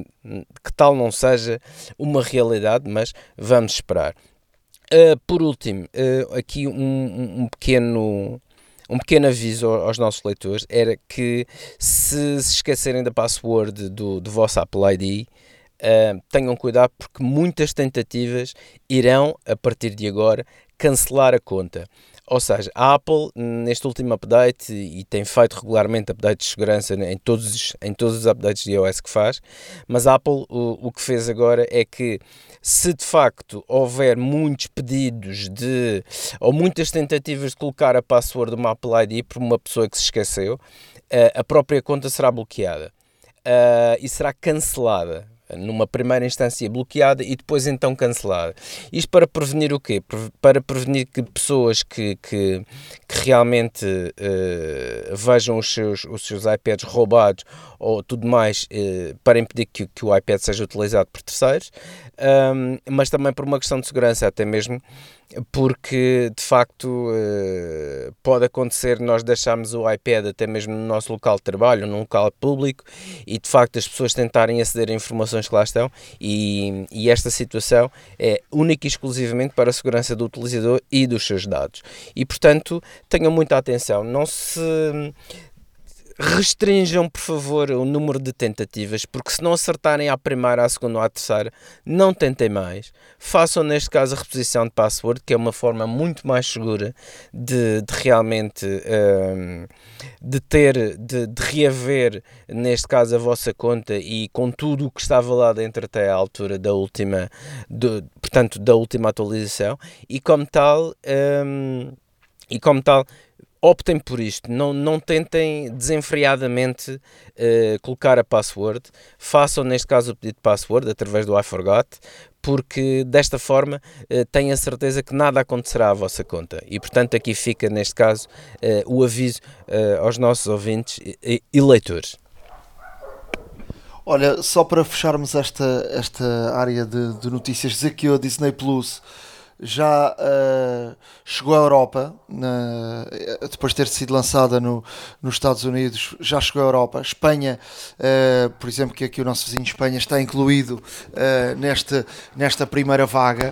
uma realidade, mas vamos esperar. Por último, aqui um pequeno aviso aos nossos leitores, era que se esquecerem da password do vosso Apple ID, tenham cuidado porque muitas tentativas irão, a partir de agora, cancelar a conta. Ou seja, a Apple, neste último update, e tem feito regularmente updates de segurança em todos os updates de iOS que faz, mas a Apple o que fez agora é que, se de facto houver muitos pedidos ou muitas tentativas de colocar a password do Apple ID por uma pessoa que se esqueceu, a própria conta será bloqueada e será cancelada. Numa primeira instância bloqueada e depois então cancelada. Isto para prevenir o quê? Para prevenir que pessoas que realmente vejam os seus iPads roubados ou tudo mais, para impedir que o iPad seja utilizado por terceiros, mas também por uma questão de segurança, até mesmo porque de facto pode acontecer nós deixarmos o iPad até mesmo no nosso local de trabalho, num local público, e de facto as pessoas tentarem aceder a informações que lá estão, e esta situação é única e exclusivamente para a segurança do utilizador e dos seus dados. E portanto tenham muita atenção, não se restringam, por favor, o número de tentativas, porque se não acertarem à primeira, à segunda ou à terceira, não tentem mais. Façam, neste caso, a reposição de password, que é uma forma muito mais segura de realmente de reaver, neste caso, a vossa conta e com tudo o que estava lá dentro até à altura da última atualização, e como tal optem por isto, não tentem desenfreadamente colocar a password, façam neste caso o pedido de password através do iForgot, porque desta forma tenho a certeza que nada acontecerá à vossa conta e portanto aqui fica neste caso o aviso aos nossos ouvintes e leitores. Olha, só para fecharmos esta área de notícias, dizer que a Disney Plus já chegou à Europa, depois de ter sido lançada nos Estados Unidos, já chegou à Europa. Espanha, por exemplo, que aqui o nosso vizinho Espanha está incluído nesta primeira vaga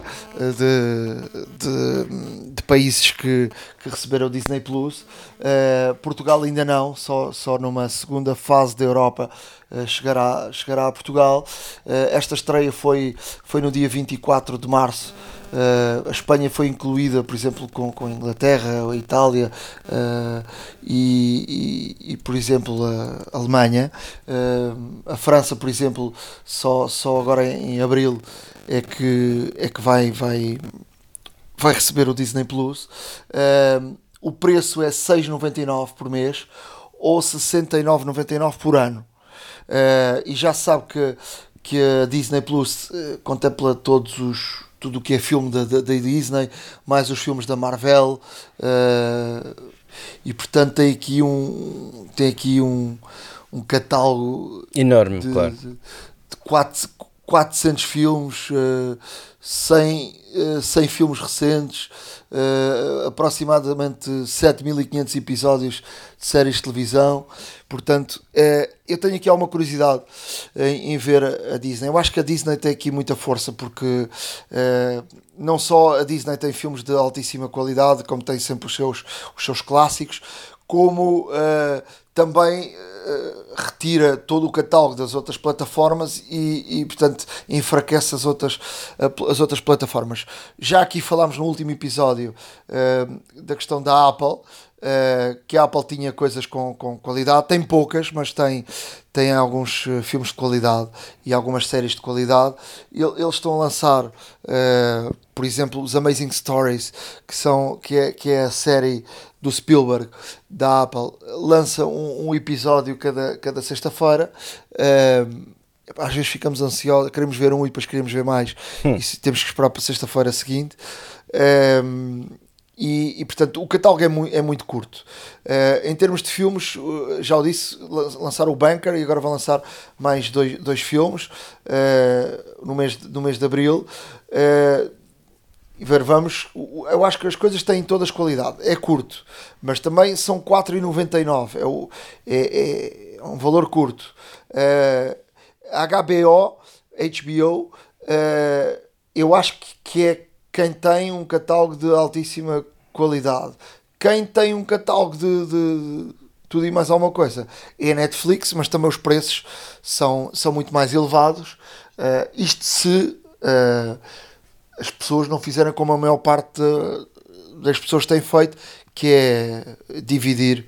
de países que receberam o Disney Plus. Portugal ainda não, só numa segunda fase da Europa chegará a Portugal. Esta estreia foi no dia 24 de março. A Espanha foi incluída, por exemplo, com a Inglaterra, a Itália e por exemplo, a Alemanha. A França, por exemplo, só agora em abril é que vai receber o Disney Plus. O preço é 6,99 por mês ou 69,99 por ano. E já sabe que a Disney Plus contempla tudo o que é filme da Disney, mais os filmes da Marvel, e portanto tem aqui um catálogo enorme, claro. de 400 filmes, 100 filmes recentes, aproximadamente 7.500 episódios de séries de televisão. Portanto, eu tenho aqui alguma curiosidade em ver a Disney. Eu acho que a Disney tem aqui muita força, porque não só a Disney tem filmes de altíssima qualidade, como tem sempre os seus clássicos, como também retira todo o catálogo das outras plataformas e portanto enfraquece as outras plataformas. Já aqui falámos no último episódio da questão da Apple, que a Apple tinha coisas com qualidade, tem poucas, mas tem alguns filmes de qualidade e algumas séries de qualidade. Eles estão a lançar, por exemplo, os Amazing Stories, que é a série do Spielberg, da Apple, lança um episódio cada sexta-feira. Às vezes ficamos ansiosos, queremos ver um e depois queremos ver mais, e temos que esperar para sexta-feira seguinte. E portanto o catálogo é muito curto. Em termos de filmes, já o disse, lançaram o Banker e agora vão lançar mais dois filmes no mês de abril. Vamos, eu acho que as coisas têm todas qualidade. É curto, mas também são 4,99. É um valor curto. HBO, eu acho que é quem tem um catálogo de altíssima qualidade. Quem tem um catálogo de tudo e mais alguma coisa é a Netflix, mas também os preços são muito mais elevados. Isto se as pessoas não fizerem como a maior parte das pessoas têm feito, que é dividir.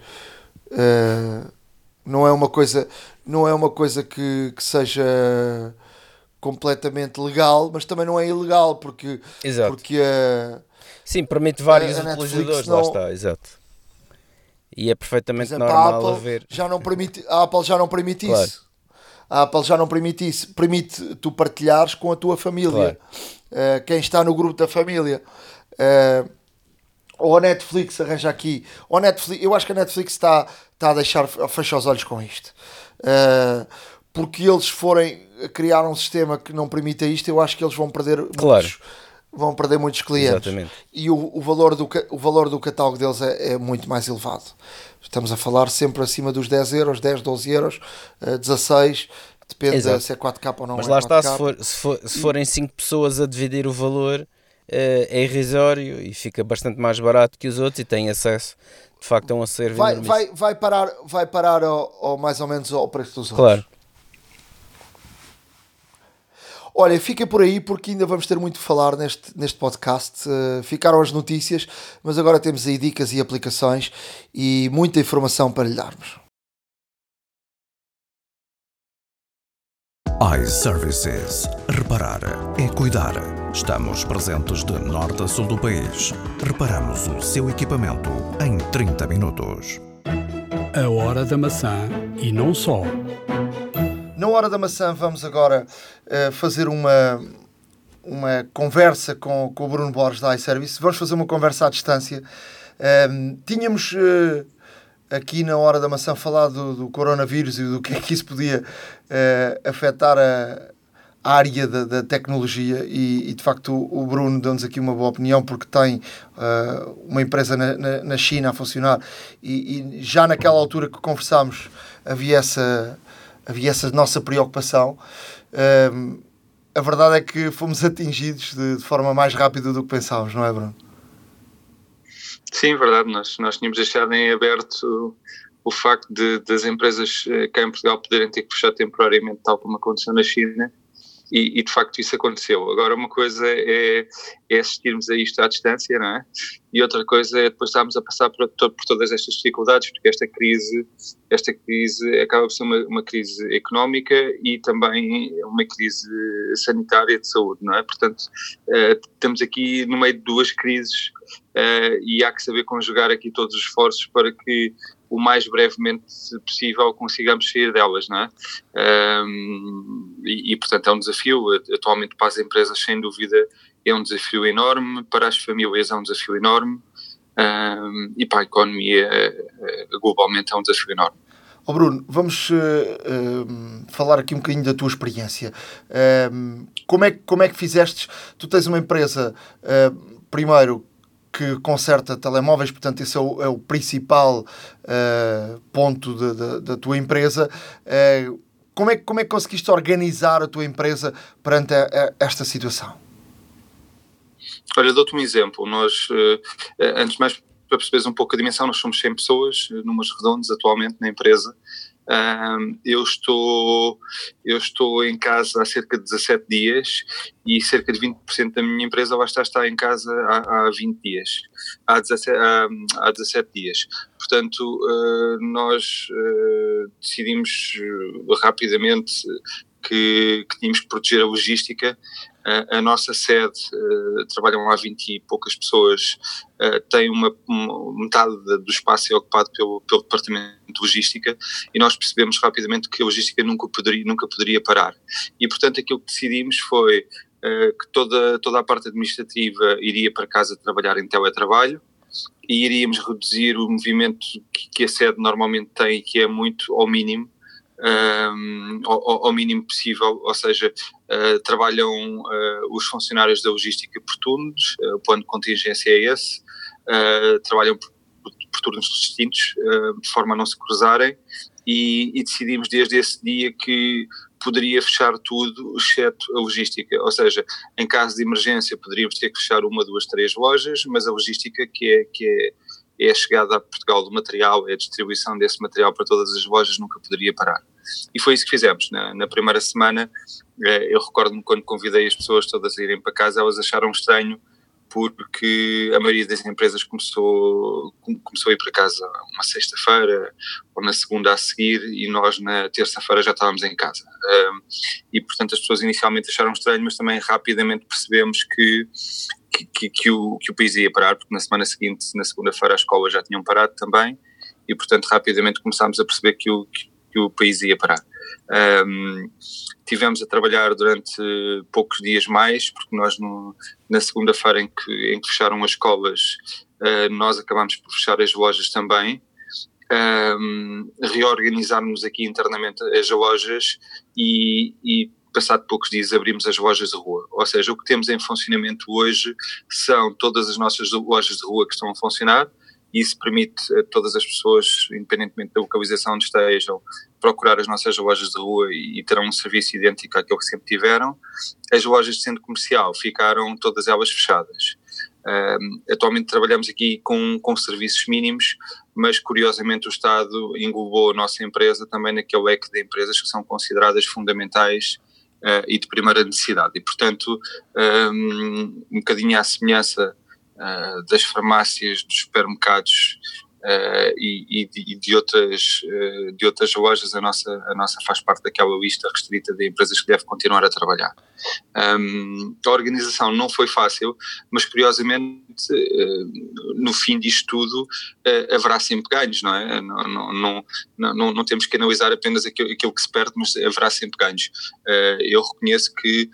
Não é uma coisa que seja completamente legal, mas também não é ilegal, porque sim, permite vários Netflix utilizadores, lá está, exato. E é perfeitamente exemplo, normal a haver. A Apple já não permite Claro. isso. A Apple já não permite isso. Permite tu partilhares com a tua família. Claro. Quem está no grupo da família. Ou a Netflix arranja aqui. Eu acho que a Netflix está a fechar os olhos com isto. Porque eles forem criar um sistema que não permita isto, eu acho que eles vão perder muitos clientes. Exatamente. E o valor do catálogo deles é muito mais elevado. Estamos a falar sempre acima dos 10 euros, 10, 12 euros, 16, depende se é 4K ou não. Mas é lá 4K. está, se forem 5 pessoas a dividir o valor, é irrisório e fica bastante mais barato que os outros e tem acesso de facto a um acervo enorme. Vai parar ao mais ou menos ao preço dos outros. Claro. Olha, fica por aí porque ainda vamos ter muito a falar neste podcast. Ficaram as notícias, mas agora temos aí dicas e aplicações e muita informação para lhe darmos. iServices. Reparar é cuidar. Estamos presentes de norte a sul do país. Reparamos o seu equipamento em 30 minutos. A Hora da Maçã e não só. Na Hora da Maçã vamos agora fazer uma conversa com o Bruno Borges da iService. Vamos fazer uma conversa à distância. Tínhamos aqui na Hora da Maçã falado do coronavírus e do que é que isso podia afetar a área da tecnologia e de facto o Bruno deu-nos aqui uma boa opinião porque tem uma empresa na China a funcionar e já naquela altura que conversámos havia essa nossa preocupação. A verdade é que fomos atingidos de forma mais rápida do que pensávamos, não é, Bruno? Sim, verdade. Nós tínhamos deixado em aberto o facto das empresas cá em Portugal poderem ter que fechar temporariamente, tal como aconteceu na China, e de facto isso aconteceu. Agora, uma coisa é assistirmos a isto à distância, não é? E outra coisa é depois estarmos a passar por todas estas dificuldades, porque esta crise acaba por ser uma crise económica e também uma crise sanitária de saúde, não é? Portanto, estamos aqui no meio de duas crises e há que saber conjugar aqui todos os esforços para que o mais brevemente possível consigamos sair delas, não é? Portanto é um desafio, atualmente para as empresas sem dúvida é um desafio enorme, para as famílias é um desafio enorme e para a economia globalmente é um desafio enorme. Bruno, vamos falar aqui um bocadinho da tua experiência. Como é que fizeste? Tu tens uma empresa, primeiro, que conserta telemóveis, portanto esse é o principal ponto da tua empresa. Como é que conseguiste organizar a tua empresa perante esta situação? Olha, dou-te um exemplo. Nós, antes de mais, para perceberes um pouco a dimensão, nós somos 100 pessoas, números redondos atualmente na empresa. Eu estou em casa há cerca de 17 dias e cerca de 20% da minha empresa lá está em casa há 20 dias, há 17 dias. Portanto, nós decidimos rapidamente que tínhamos que proteger a logística. A nossa sede, trabalham lá 20 e poucas pessoas, tem metade do espaço é ocupado pelo departamento de logística e nós percebemos rapidamente que a logística nunca poderia parar. E, portanto, aquilo que decidimos foi que toda a parte administrativa iria para casa trabalhar em teletrabalho e iríamos reduzir o movimento que a sede normalmente tem, que é muito ao mínimo, ao mínimo possível, ou seja, trabalham os funcionários da logística por turnos, o plano de contingência é esse, trabalham por turnos distintos, de forma a não se cruzarem, e decidimos desde esse dia que poderia fechar tudo, exceto a logística, ou seja, em caso de emergência poderíamos ter que fechar 1, 2, 3 lojas, mas a logística que é a chegada a Portugal do material, é a distribuição desse material para todas as lojas, nunca poderia parar. E foi isso que fizemos. Na primeira semana, eu recordo-me quando convidei as pessoas todas a irem para casa, elas acharam estranho porque a maioria das empresas começou a ir para casa uma sexta-feira ou na segunda a seguir e nós na terça-feira já estávamos em casa. E portanto as pessoas inicialmente acharam estranho, mas também rapidamente percebemos que o país ia parar, porque na semana seguinte, na segunda-feira, as escolas já tinham parado também e portanto rapidamente começámos a perceber que o país ia parar. Tivemos a trabalhar durante poucos dias mais, porque nós na segunda-feira em que fecharam as escolas, nós acabámos por fechar as lojas também, reorganizarmos aqui internamente as lojas e passado poucos dias abrimos as lojas de rua, ou seja, o que temos em funcionamento hoje são todas as nossas lojas de rua que estão a funcionar. E isso permite a todas as pessoas, independentemente da localização onde estejam, procurar as nossas lojas de rua e terão um serviço idêntico àquele que sempre tiveram. As lojas de centro comercial ficaram todas elas fechadas. Atualmente trabalhamos aqui com serviços mínimos, mas curiosamente o Estado englobou a nossa empresa também naquele leque de empresas que são consideradas fundamentais e de primeira necessidade. E portanto, um bocadinho à semelhança das farmácias, dos supermercados e de outras lojas, a nossa faz parte daquela lista restrita de empresas que deve continuar a trabalhar. A organização não foi fácil, mas curiosamente no fim disto tudo haverá sempre ganhos, não é? Não temos que analisar apenas aquilo que se perde, mas haverá sempre ganhos. Eu reconheço que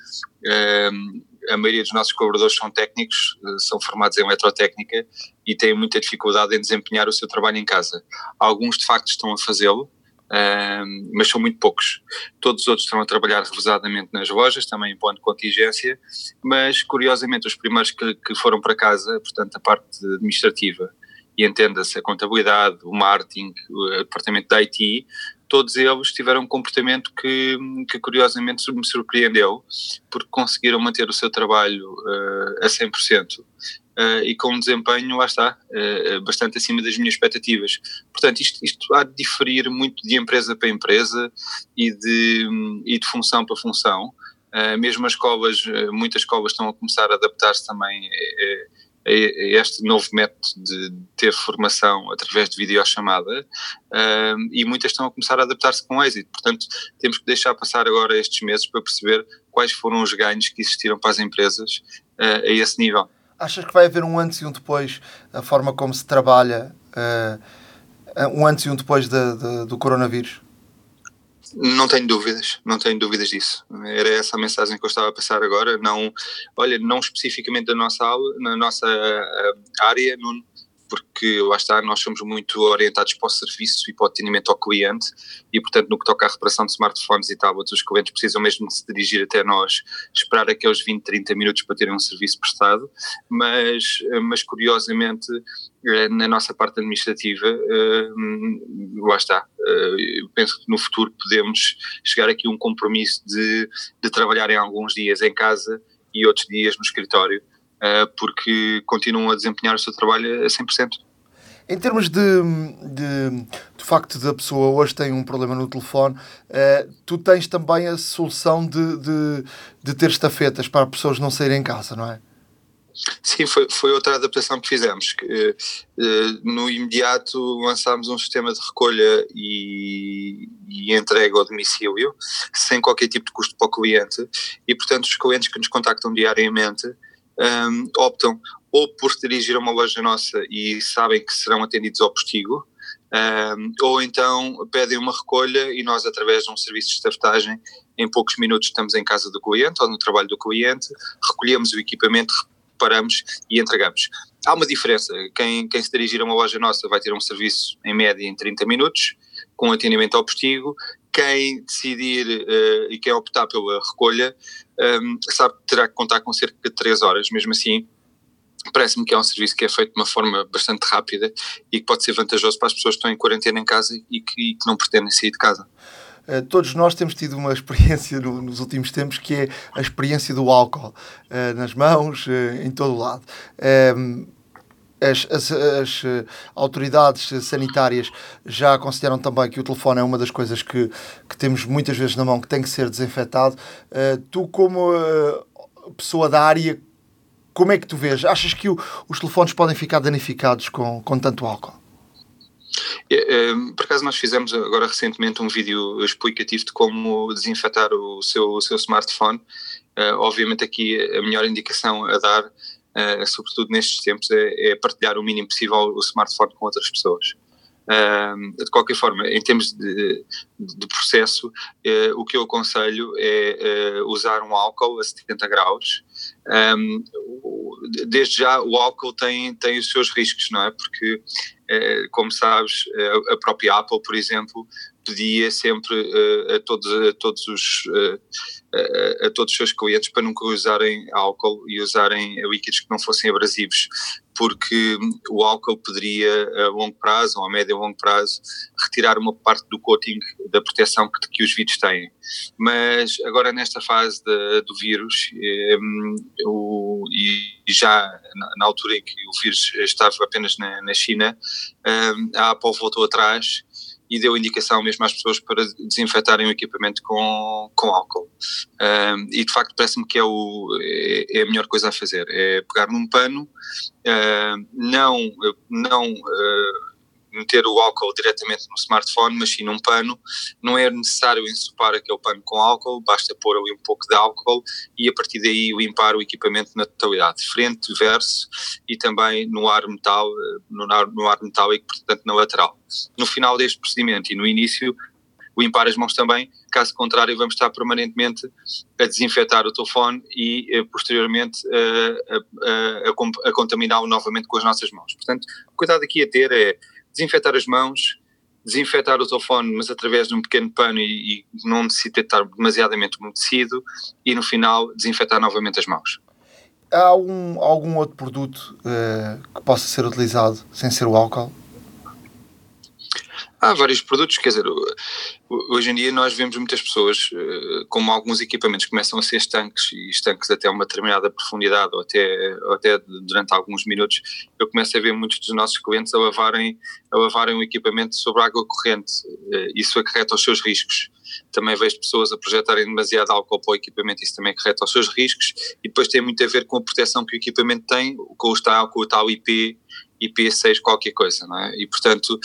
a maioria dos nossos colaboradores são técnicos, são formados em eletrotécnica e têm muita dificuldade em desempenhar o seu trabalho em casa. Alguns de facto estão a fazê-lo, mas são muito poucos. Todos os outros estão a trabalhar revezadamente nas lojas, também em plano de contingência, mas curiosamente os primeiros que foram para casa, portanto a parte administrativa, e entenda-se a contabilidade, o marketing, o departamento da IT, todos eles tiveram um comportamento que curiosamente me surpreendeu, porque conseguiram manter o seu trabalho a 100%. E com um desempenho, lá está, bastante acima das minhas expectativas. Portanto, isto há de diferir muito de empresa para empresa e de função para função. Mesmo as escolas, muitas escolas estão a começar a adaptar-se também a este novo método de ter formação através de videochamada, e muitas estão a começar a adaptar-se com êxito. Portanto, temos que deixar passar agora estes meses para perceber quais foram os ganhos que existiram para as empresas a esse nível. Achas que vai haver um antes e um depois, a forma como se trabalha, um antes e um depois do coronavírus? Não tenho dúvidas disso. Era essa a mensagem que eu estava a passar agora. Não especificamente da nossa aula, na nossa área, porque lá está, nós somos muito orientados para o serviço e para o atendimento ao cliente e, portanto, no que toca à reparação de smartphones e tablets, os clientes precisam mesmo de se dirigir até nós, esperar aqueles 20, 30 minutos para terem um serviço prestado, mas curiosamente, na nossa parte administrativa, lá está, eu penso que no futuro podemos chegar aqui a um compromisso de trabalhar em alguns dias em casa e outros dias no escritório, porque continuam a desempenhar o seu trabalho a 100%. Em termos de facto da pessoa hoje tem um problema no telefone, tu tens também a solução de ter estafetas para as pessoas não saírem em casa, não é? Sim, foi outra adaptação que fizemos. No imediato lançámos um sistema de recolha e entrega ao domicílio, sem qualquer tipo de custo para o cliente, e portanto os clientes que nos contactam diariamente optam ou por se dirigir a uma loja nossa e sabem que serão atendidos ao postigo, ou então pedem uma recolha e nós, através de um serviço de estafetagem, em poucos minutos estamos em casa do cliente ou no trabalho do cliente, recolhemos o equipamento, reparamos e entregamos. Há uma diferença: quem se dirigir a uma loja nossa vai ter um serviço em média em 30 minutos, com atendimento ao postigo. Quem decidir e quem optar pela recolha sabe que terá que contar com cerca de 3 horas. Mesmo assim, parece-me que é um serviço que é feito de uma forma bastante rápida e que pode ser vantajoso para as pessoas que estão em quarentena em casa e que não pretendem sair de casa. Todos nós temos tido uma experiência nos últimos tempos, que é a experiência do álcool nas mãos, em todo o lado. As autoridades sanitárias já consideram também que o telefone é uma das coisas que temos muitas vezes na mão, que tem que ser desinfetado. Tu, como pessoa da área, como é que tu vês? Achas que os telefones podem ficar danificados com tanto álcool? Por acaso nós fizemos agora recentemente um vídeo explicativo de como desinfetar o seu smartphone. Obviamente aqui a melhor indicação a dar, sobretudo nestes tempos, é partilhar o mínimo possível o smartphone com outras pessoas. De qualquer forma, em termos de processo, o que eu aconselho é usar um álcool a 70 graus. Desde já o álcool tem os seus riscos, não é? Porque, como sabes, a própria Apple, por exemplo, pedia sempre a todos os seus clientes para nunca usarem álcool e usarem líquidos que não fossem abrasivos, porque o álcool poderia, a longo prazo ou a médio e longo prazo, retirar uma parte do coating da proteção que os vidros têm. Mas agora, nesta fase do vírus, e já na altura em que o vírus estava apenas na China, a Apple voltou atrás e deu indicação mesmo às pessoas para desinfetarem o equipamento com álcool. E de facto parece-me que é a melhor coisa a fazer, é pegar num pano, não meter o álcool diretamente no smartphone, mas sim num pano. Não é necessário ensopar aquele pano com álcool, basta pôr ali um pouco de álcool e a partir daí limpar o equipamento na totalidade, frente, verso e também no ar metálico, portanto na lateral. No final deste procedimento e no início, limpar as mãos também, caso contrário vamos estar permanentemente a desinfetar o telefone e posteriormente a contaminá-lo novamente com as nossas mãos. Portanto, o cuidado aqui a ter é desinfetar as mãos, desinfetar o telefone, mas através de um pequeno pano e não necessita estar demasiadamente umedecido e no final desinfetar novamente as mãos. Há algum outro produto que possa ser utilizado sem ser o álcool? Há vários produtos, quer dizer, hoje em dia nós vemos muitas pessoas, como alguns equipamentos começam a ser estanques até uma determinada profundidade ou até durante alguns minutos, eu começo a ver muitos dos nossos clientes a lavarem o equipamento sobre água corrente. Isso acarreta os seus riscos. Também vejo pessoas a projetarem demasiado álcool para o equipamento, isso também acarreta os seus riscos e depois tem muito a ver com a proteção que o equipamento tem, com o tal IP6 qualquer coisa, não é? E portanto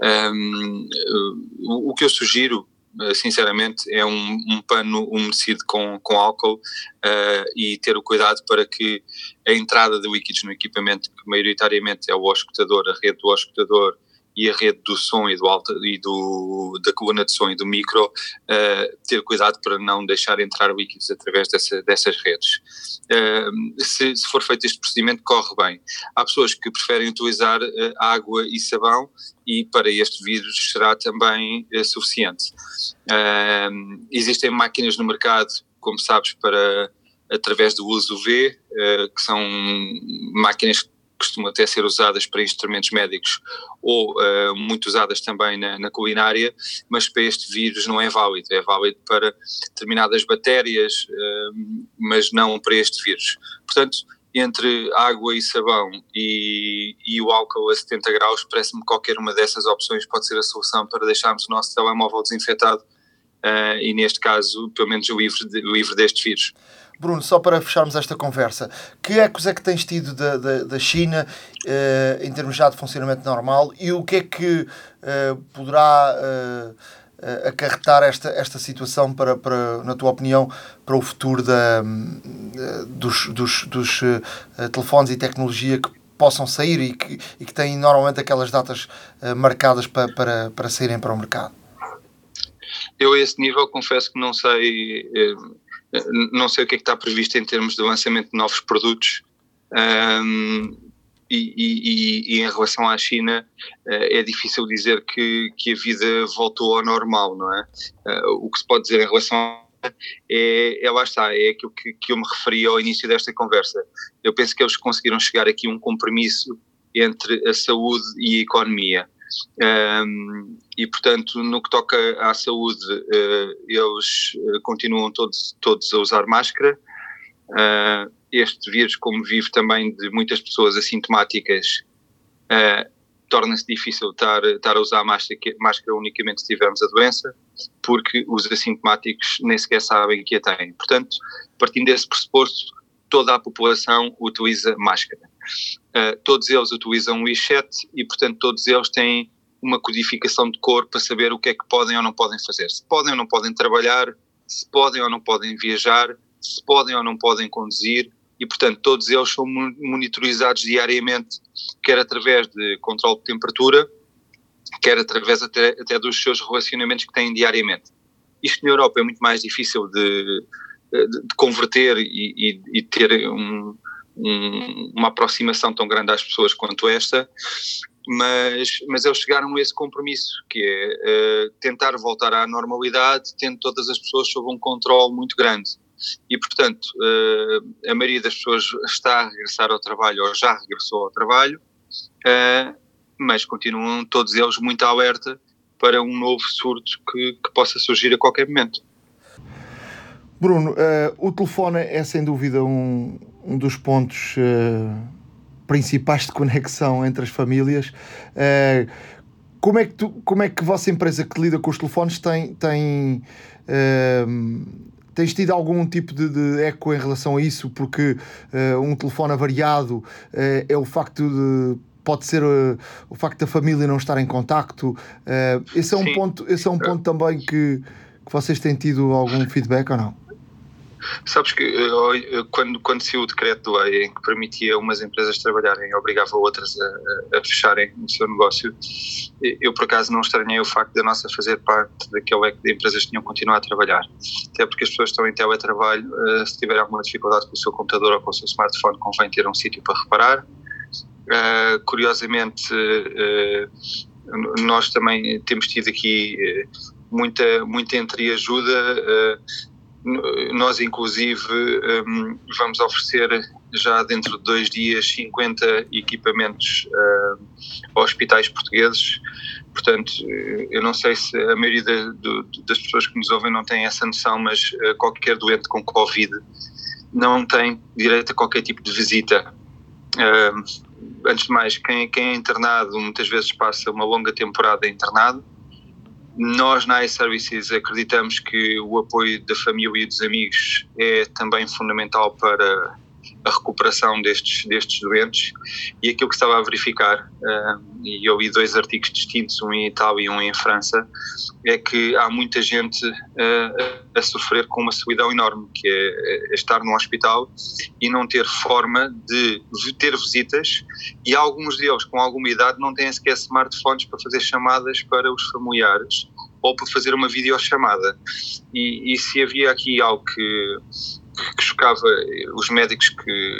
o que eu sugiro sinceramente é um pano umedecido com álcool e ter o cuidado para que a entrada de líquidos no equipamento, que maioritariamente é o auscultador, a rede do auscultador e a rede do som da coluna de som e do micro, ter cuidado para não deixar entrar líquidos através dessas redes. Se for feito este procedimento, corre bem. Há pessoas que preferem utilizar água e sabão e para este vírus será também suficiente. Existem máquinas no mercado, como sabes, através do uso UV, que são máquinas que costumam até ser usadas para instrumentos médicos ou muito usadas também na culinária, mas para este vírus não é válido, é válido para determinadas bactérias, mas não para este vírus. Portanto, entre água e sabão e o álcool a 70 graus, parece-me que qualquer uma dessas opções pode ser a solução para deixarmos o nosso telemóvel desinfetado e neste caso, pelo menos livre deste vírus. Bruno, só para fecharmos esta conversa, que ecos é que tens tido da China em termos já de funcionamento normal e o que é que poderá acarretar esta situação para, na tua opinião, para o futuro dos telefones e tecnologia que possam sair e que têm normalmente aquelas datas marcadas para saírem para o mercado? Eu a esse nível confesso que não sei o que é que está previsto em termos de lançamento de novos produtos e em relação à China é difícil dizer que a vida voltou ao normal, não é? O que se pode dizer em relação lá está, é aquilo que eu me referi ao início desta conversa. Eu penso que eles conseguiram chegar aqui a um compromisso entre a saúde e a economia. E portanto no que toca à saúde eles continuam todos a usar máscara. Este vírus, como vive também de muitas pessoas assintomáticas, torna-se difícil estar a usar máscara unicamente se tivermos a doença, porque os assintomáticos nem sequer sabem que a têm. Portanto, partindo desse pressuposto, toda a população utiliza máscara. Todos eles utilizam o WeChat e, portanto, todos eles têm uma codificação de cor para saber o que é que podem ou não podem fazer. Se podem ou não podem trabalhar, se podem ou não podem viajar, se podem ou não podem conduzir e, portanto, todos eles são monitorizados diariamente, quer através de controle de temperatura, quer através até dos seus relacionamentos que têm diariamente. Isto na Europa é muito mais difícil de converter e ter uma aproximação tão grande às pessoas quanto esta, mas eles chegaram a esse compromisso, que é tentar voltar à normalidade, tendo todas as pessoas sob um controle muito grande. E, portanto, a maioria das pessoas está a regressar ao trabalho ou já regressou ao trabalho, mas continuam todos eles muito alerta para um novo surto que possa surgir a qualquer momento. Bruno, o telefone é sem dúvida um dos pontos principais de conexão entre as famílias. Como é que a vossa empresa que lida com os telefones tens tido algum tipo de eco em relação a isso? Porque um telefone avariado é o facto de pode ser o facto da família não estar em contacto. Esse é um ponto também que vocês têm tido algum feedback ou não? Sabes que quando saiu o decreto do BEI em que permitia umas empresas trabalharem e obrigava outras a fecharem o seu negócio, eu por acaso não estranhei o facto da nossa fazer parte daquele leque de empresas que tinham continuado a trabalhar. Até porque as pessoas estão em teletrabalho, se tiverem alguma dificuldade com o seu computador ou com o seu smartphone, convém ter um sítio para reparar. Curiosamente, nós também temos tido aqui muita entreajuda. Nós, inclusive, vamos oferecer já dentro de 2 dias 50 equipamentos a hospitais portugueses. Portanto, eu não sei se a maioria das pessoas que nos ouvem não tem essa noção, mas qualquer doente com Covid não tem direito a qualquer tipo de visita. Antes de mais, quem é internado muitas vezes passa uma longa temporada internado. Nós na iServices acreditamos que o apoio da família e dos amigos é também fundamental para a recuperação destes doentes, e aquilo que estava a verificar, e eu li 2 artigos distintos, um em Itália e um em França, é que há muita gente a sofrer com uma solidão enorme, que é estar num hospital e não ter forma de ter visitas, e alguns deles com alguma idade não têm sequer smartphones para fazer chamadas para os familiares ou para fazer uma videochamada. E se havia aqui algo que chocava os médicos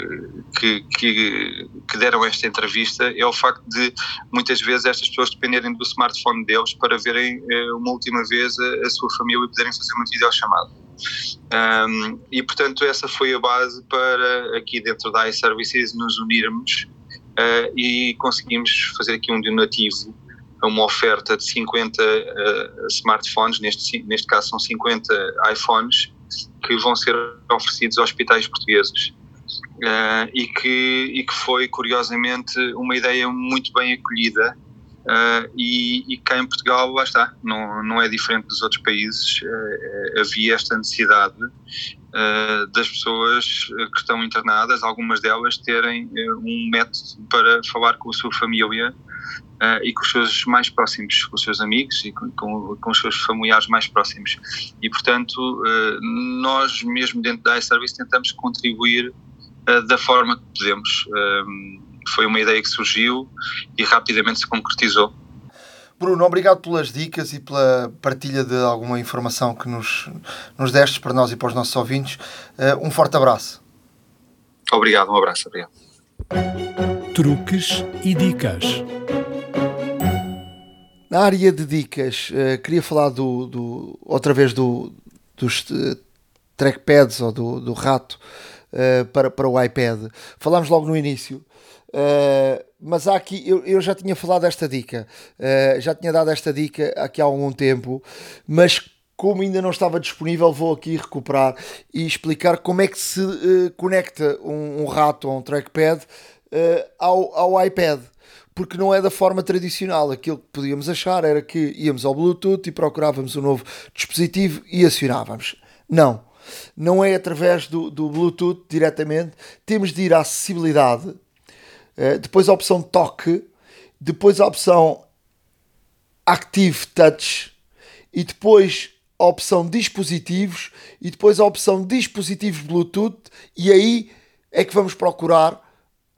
que deram esta entrevista, é o facto de muitas vezes estas pessoas dependerem do smartphone deles para verem uma última vez a sua família e poderem fazer uma videochamada. E portanto essa foi a base para aqui dentro da iServices nos unirmos e conseguimos fazer aqui um donativo a uma oferta de 50 smartphones, neste caso são 50 iPhones, que vão ser oferecidos a hospitais portugueses, e que foi, curiosamente, uma ideia muito bem acolhida, e cá em Portugal, lá está, não é diferente dos outros países. Havia esta necessidade das pessoas que estão internadas, algumas delas terem um método para falar com a sua família e com os seus mais próximos, com os seus amigos e com os seus familiares mais próximos. E, portanto, nós mesmo dentro da iService tentamos contribuir da forma que podemos. Foi uma ideia que surgiu e rapidamente se concretizou. Bruno, obrigado pelas dicas e pela partilha de alguma informação que nos destes para nós e para os nossos ouvintes. Um forte abraço. Obrigado, um abraço. Obrigado. Truques e dicas. Na área de dicas, queria falar outra vez dos trackpads ou do rato para o iPad. Falámos logo no início, mas há aqui, eu já tinha falado desta dica, já tinha dado esta dica aqui há algum tempo, mas como ainda não estava disponível, vou aqui recuperar e explicar como é que se conecta um rato ou um trackpad ao iPad. Porque não é da forma tradicional. Aquilo que podíamos achar era que íamos ao Bluetooth e procurávamos um novo dispositivo e acionávamos. Não é através do Bluetooth diretamente. Temos de ir à acessibilidade, depois a opção toque, depois a opção Active Touch e depois a opção dispositivos e depois a opção dispositivos Bluetooth, e aí é que vamos procurar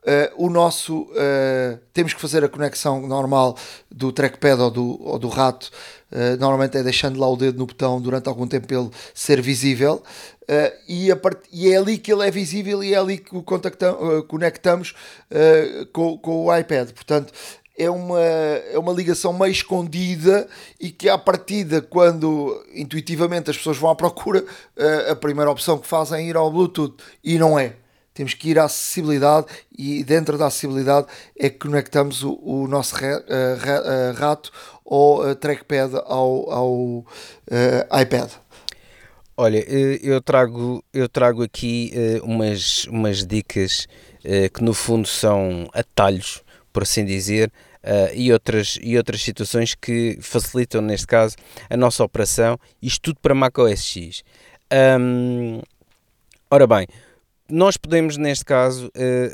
temos que fazer a conexão normal do trackpad ou do rato. Normalmente é deixando lá o dedo no botão durante algum tempo para ele ser visível, e é ali que ele é visível e é ali que o conectamos com o iPad. Portanto, é uma ligação meio escondida e que à partida, quando intuitivamente as pessoas vão à procura, a primeira opção que fazem é ir ao Bluetooth, e não é. Temos que ir à acessibilidade, e dentro da acessibilidade é que conectamos o nosso rato ou trackpad ao iPad. Olha, eu trago aqui umas dicas que no fundo são atalhos, por assim dizer, e outras situações que facilitam, neste caso, a nossa operação, isto tudo para macOS X. Ora bem, nós podemos, neste caso,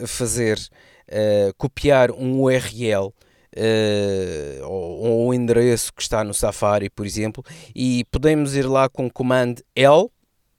copiar um URL ou um endereço que está no Safari, por exemplo, e podemos ir lá com o comando L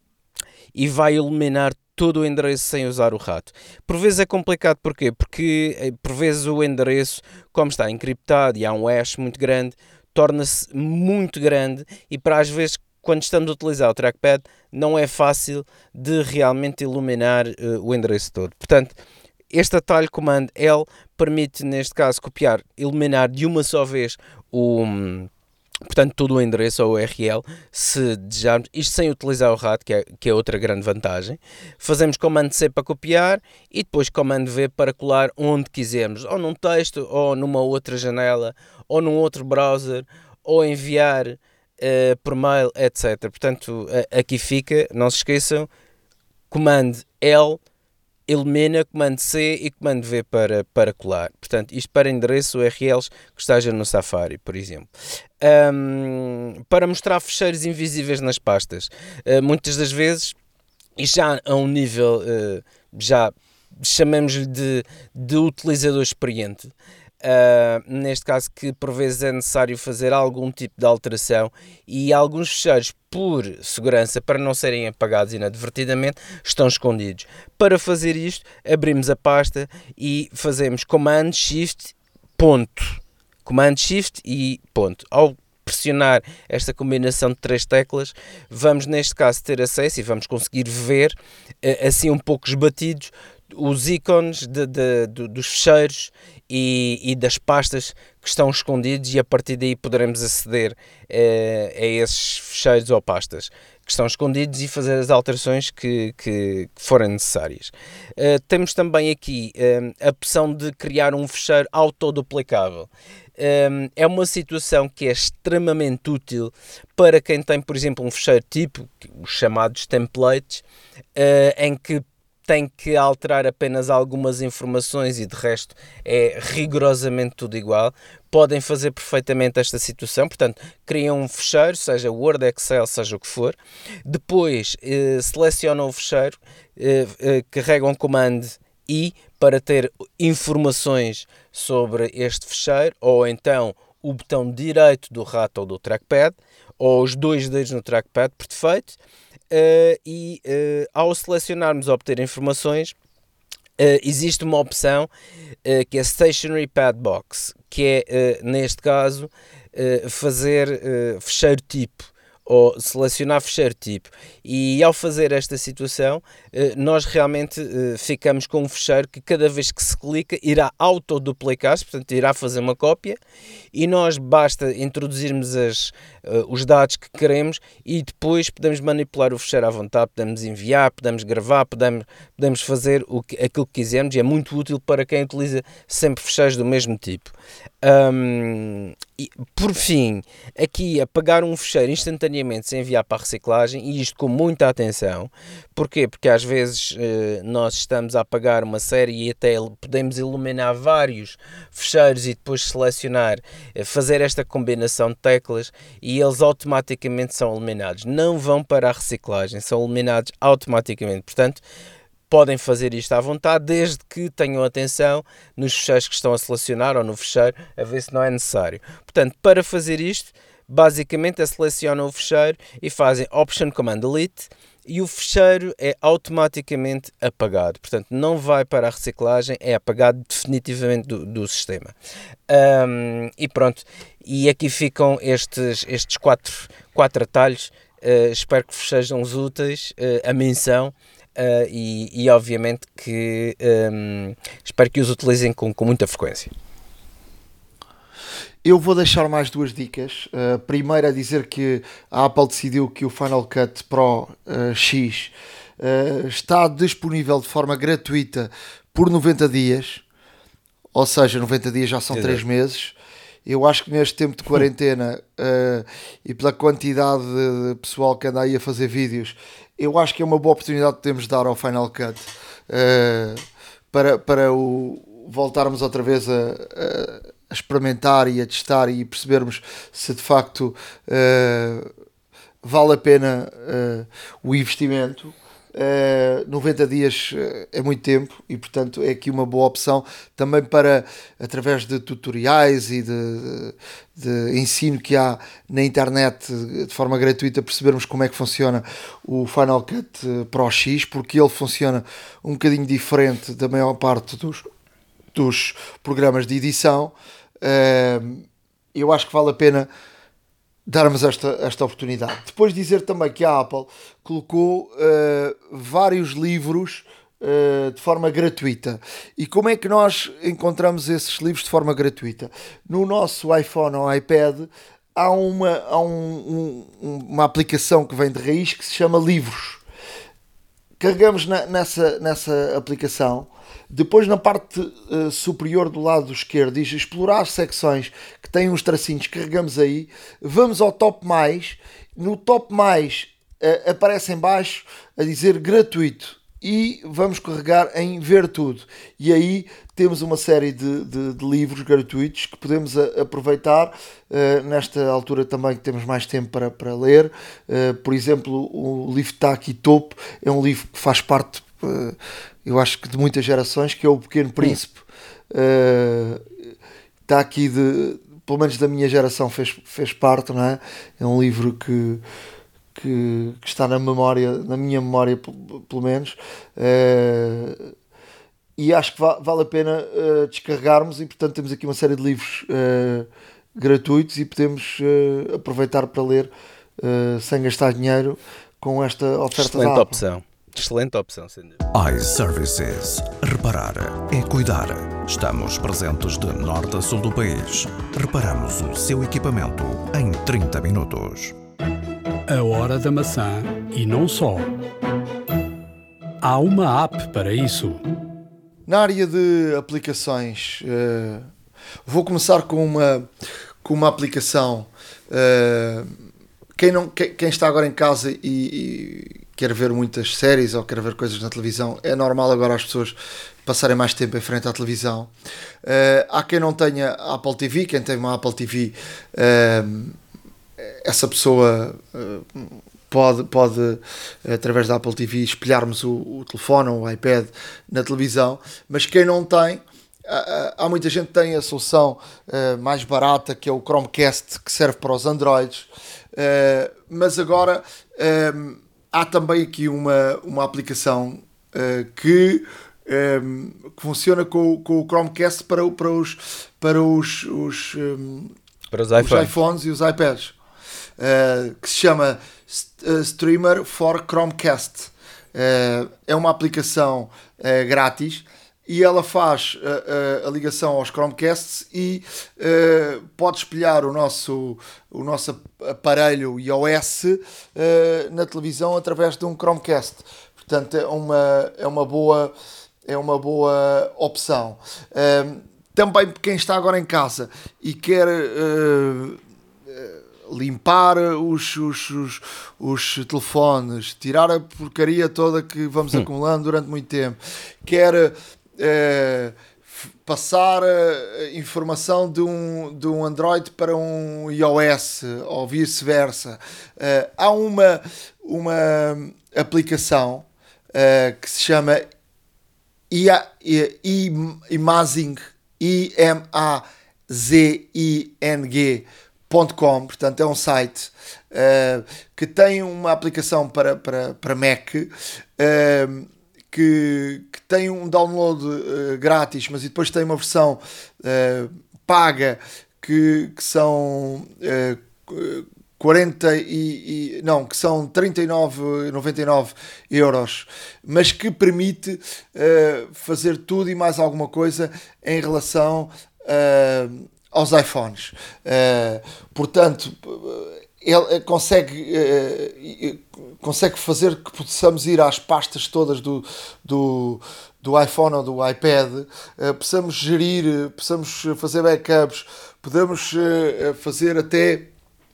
e vai eliminar todo o endereço sem usar o rato. Por vezes é complicado, porquê? Porque por vezes o endereço, como está encriptado e há um hash muito grande, torna-se muito grande e para às vezes, quando estamos a utilizar o trackpad, não é fácil de realmente iluminar o endereço todo. Portanto, este atalho comando L permite, neste caso, eliminar de uma só vez portanto, todo o endereço ou URL, se desejarmos, isto sem utilizar o rato, que é outra grande vantagem. Fazemos comando C para copiar e depois comando V para colar onde quisermos, ou num texto, ou numa outra janela, ou num outro browser, ou enviar por mail, etc. Portanto, aqui fica, não se esqueçam, comando L elimina, comando C e comando V para colar. Portanto, isto para endereço URLs que estejam no Safari, por exemplo. Para mostrar fecheiros invisíveis nas pastas. Muitas das vezes, e já a um nível, já chamamos-lhe de utilizador experiente, neste caso que por vezes é necessário fazer algum tipo de alteração e alguns fecheiros por segurança, para não serem apagados inadvertidamente, estão escondidos. Para fazer isto, abrimos a pasta e fazemos Command Shift ponto. Command Shift e ponto. Ao pressionar esta combinação de 3 teclas, vamos neste caso ter acesso e vamos conseguir ver assim um pouco esbatidos os ícones dos fecheiros e das pastas que estão escondidos e a partir daí poderemos aceder a esses fecheiros ou pastas que estão escondidos e fazer as alterações que forem necessárias. Temos também aqui a opção de criar um fecheiro autoduplicável. É uma situação que é extremamente útil para quem tem, por exemplo, um fecheiro tipo, os chamados templates, em que tem que alterar apenas algumas informações e de resto é rigorosamente tudo igual. Podem fazer perfeitamente esta situação, portanto, criam um fecheiro, seja Word, Excel, seja o que for. Depois selecionam o fecheiro, carregam o comando I para ter informações sobre este fecheiro, ou então o botão direito do rato ou do trackpad, ou os 2 dedos no trackpad, por defeito. Ao selecionarmos obter informações, existe uma opção que é Stationary Pad Box, que é, neste caso, fazer fecheiro tipo, ou selecionar fecheiro tipo, e ao fazer esta situação nós realmente ficamos com um fecheiro que cada vez que se clica irá autoduplicar-se, portanto irá fazer uma cópia e nós basta introduzirmos os dados que queremos e depois podemos manipular o fecheiro à vontade, podemos enviar, podemos gravar, podemos fazer aquilo que quisermos e é muito útil para quem utiliza sempre fecheiros do mesmo tipo. E, por fim, aqui apagar um fecheiro instantaneamente sem enviar para a reciclagem, e isto com muita atenção. Porquê? Porque às vezes nós estamos a apagar uma série e até podemos eliminar vários fecheiros e depois selecionar, fazer esta combinação de teclas e eles automaticamente são eliminados. Não vão para a reciclagem, são eliminados automaticamente. Portanto, podem fazer isto à vontade, desde que tenham atenção nos fecheiros que estão a selecionar ou no fecheiro, a ver se não é necessário. Portanto, para fazer isto, basicamente selecionam o fecheiro e fazem Option Command Delete e o fecheiro é automaticamente apagado. Portanto, não vai para a reciclagem, é apagado definitivamente do sistema. E pronto, e aqui ficam estes quatro atalhos. Espero que vos sejam úteis, a menção. E obviamente que espero que os utilizem com muita frequência. Eu vou deixar mais 2 dicas. Primeiro é dizer que a Apple decidiu que o Final Cut Pro X está disponível de forma gratuita por 90 dias, ou seja, 90 dias já são 3 meses. Eu acho que neste tempo de quarentena e pela quantidade de pessoal que anda aí a fazer vídeos, eu acho que é uma boa oportunidade que temos de dar ao Final Cut para voltarmos outra vez a experimentar e a testar e percebermos se de facto vale a pena o investimento. 90 dias é muito tempo e, portanto, é aqui uma boa opção também para, através de tutoriais e de ensino que há na internet de forma gratuita, percebermos como é que funciona o Final Cut Pro X, porque ele funciona um bocadinho diferente da maior parte dos programas de edição. Eu acho que vale a pena darmos esta oportunidade. Depois dizer também que a Apple colocou vários livros de forma gratuita. E como é que nós encontramos esses livros de forma gratuita? No nosso iPhone ou iPad há uma aplicação que vem de raiz que se chama Livros. Carregamos nessa aplicação. Depois, na parte superior do lado esquerdo, diz explorar secções que têm uns tracinhos, carregamos aí, vamos ao top mais, no top mais aparece em baixo a dizer gratuito e vamos carregar em ver tudo, e aí temos uma série de livros gratuitos que podemos aproveitar nesta altura também que temos mais tempo para ler. Por exemplo, o livro que está aqui topo é um livro que faz parte, eu acho que de muitas gerações, que é o Pequeno Príncipe. Está aqui, pelo menos da minha geração fez parte, não é? É um livro que está na minha memória pelo menos, e acho que vale a pena descarregarmos, e portanto temos aqui uma série de livros gratuitos e podemos aproveitar para ler sem gastar dinheiro com esta oferta da Apple. Excelente opção, sem dúvida. iServices. Reparar é cuidar. Estamos presentes de norte a sul do país. Reparamos o seu equipamento em 30 minutos. A Hora da Maçã e não só. Há uma app para isso. Na área de aplicações, vou começar com uma aplicação. Quem está agora em casa e quer ver muitas séries ou quer ver coisas na televisão, é normal agora as pessoas passarem mais tempo em frente à televisão. Há quem não tenha Apple TV, quem tem uma Apple TV, essa pessoa pode através da Apple TV espelharmos o telefone ou o iPad na televisão, mas quem não tem, há muita gente que tem a solução mais barata, que é o Chromecast, que serve para os Androids, mas agora há também aqui uma aplicação que funciona com o Chromecast para os iPhones e os iPads, que se chama Streamer for Chromecast. É uma aplicação grátis e ela faz a ligação aos Chromecasts e pode espelhar o nosso aparelho iOS na televisão através de um Chromecast. Portanto, é uma boa opção. Também quem está agora em casa e quer limpar os telefones, tirar a porcaria toda que vamos acumulando durante muito tempo, quer passar informação de um Android para um iOS ou vice-versa, há uma aplicação que se chama Imazing, imazing.com, portanto é um site que tem uma aplicação para Mac, que tem um download grátis, mas depois tem uma versão paga que são 39,99 euros, mas que permite fazer tudo e mais alguma coisa em relação aos iPhones. Portanto, ele consegue fazer que possamos ir às pastas todas do iPhone ou do iPad, possamos gerir, possamos fazer backups, podemos fazer até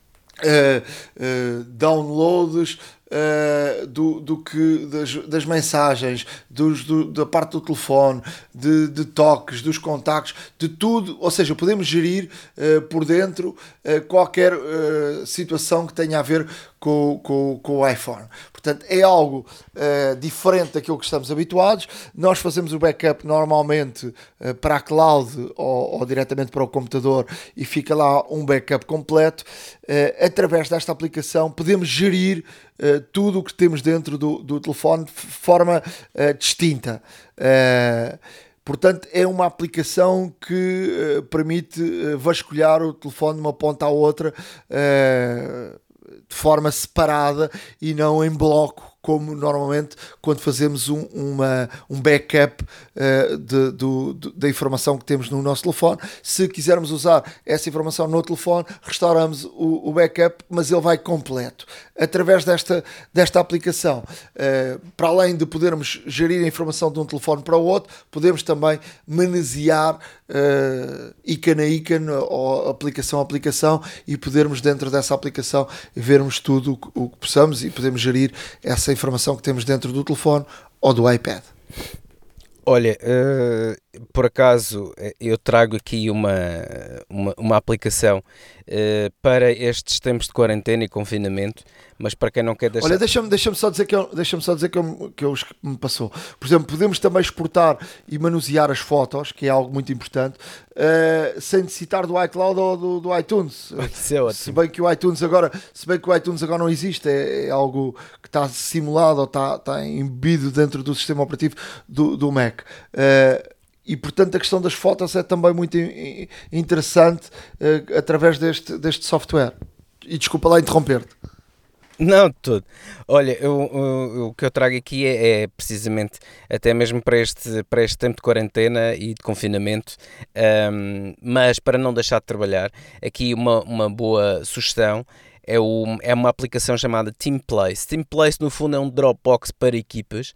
downloads das mensagens, da parte do telefone, de toques, dos contactos, de tudo. Ou seja, podemos gerir por dentro qualquer situação que tenha a ver com o iPhone. Portanto, é algo diferente daquilo que estamos habituados. Nós fazemos o backup normalmente para a cloud ou diretamente para o computador e fica lá um backup completo. Através desta aplicação podemos gerir tudo o que temos dentro do telefone de forma distinta. Portanto, é uma aplicação que permite vasculhar o telefone de uma ponta à outra de forma separada e não em bloco, como normalmente quando fazemos um backup da informação que temos no nosso telefone. Se quisermos usar essa informação no telefone, restauramos o backup, mas ele vai completo. Através desta aplicação, para além de podermos gerir a informação de um telefone para o outro, podemos também manusear ícone a ícone ou aplicação a aplicação e podermos dentro dessa aplicação vermos tudo o que possamos e podemos gerir essa informação que temos dentro do telefone ou do iPad. Olha, por acaso eu trago aqui uma aplicação para estes tempos de quarentena e confinamento, mas para quem não quer deixar... Olha, deixa-me só dizer que me passou. Por exemplo, podemos também exportar e manusear as fotos, que é algo muito importante, sem necessitar do iCloud ou do iTunes. Isso é ótimo. Se bem que o iTunes agora não existe, é algo que está simulado ou está embebido dentro do sistema operativo do Mac. E portanto a questão das fotos é também muito interessante através deste software. E desculpa lá interromper-te. Não, de todo. Olha, o que eu trago aqui é precisamente até mesmo para este tempo de quarentena e de confinamento, mas para não deixar de trabalhar, aqui uma boa sugestão é uma aplicação chamada Teamplace. Teamplace no fundo é um Dropbox para equipas,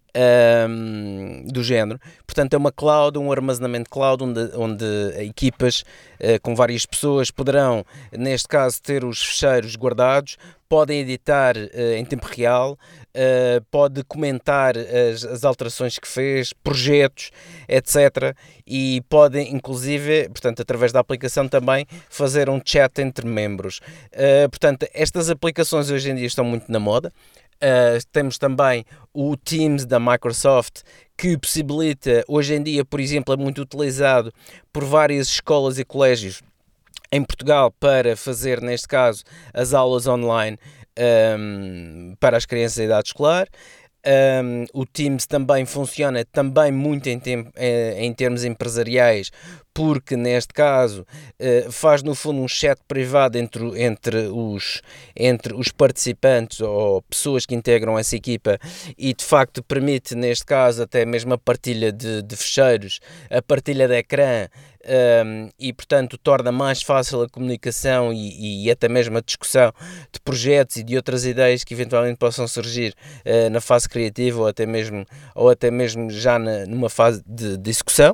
do género. Portanto, é uma cloud, um armazenamento cloud onde equipas com várias pessoas poderão, neste caso, ter os ficheiros guardados, podem editar em tempo real, pode comentar as alterações que fez, projetos, etc. E podem, inclusive, portanto, através da aplicação também, fazer um chat entre membros. Portanto, estas aplicações hoje em dia estão muito na moda. Temos também o Teams da Microsoft, que possibilita, hoje em dia, por exemplo, é muito utilizado por várias escolas e colégios em Portugal para fazer, neste caso, as aulas online para as crianças da idade escolar. O Teams também funciona muito em termos empresariais, porque neste caso faz no fundo um chat privado entre os participantes ou pessoas que integram essa equipa e de facto permite neste caso até mesmo a partilha de ficheiros, a partilha de ecrã, e portanto torna mais fácil a comunicação e até mesmo a discussão de projetos e de outras ideias que eventualmente possam surgir na fase criativa ou até mesmo já numa fase de execução.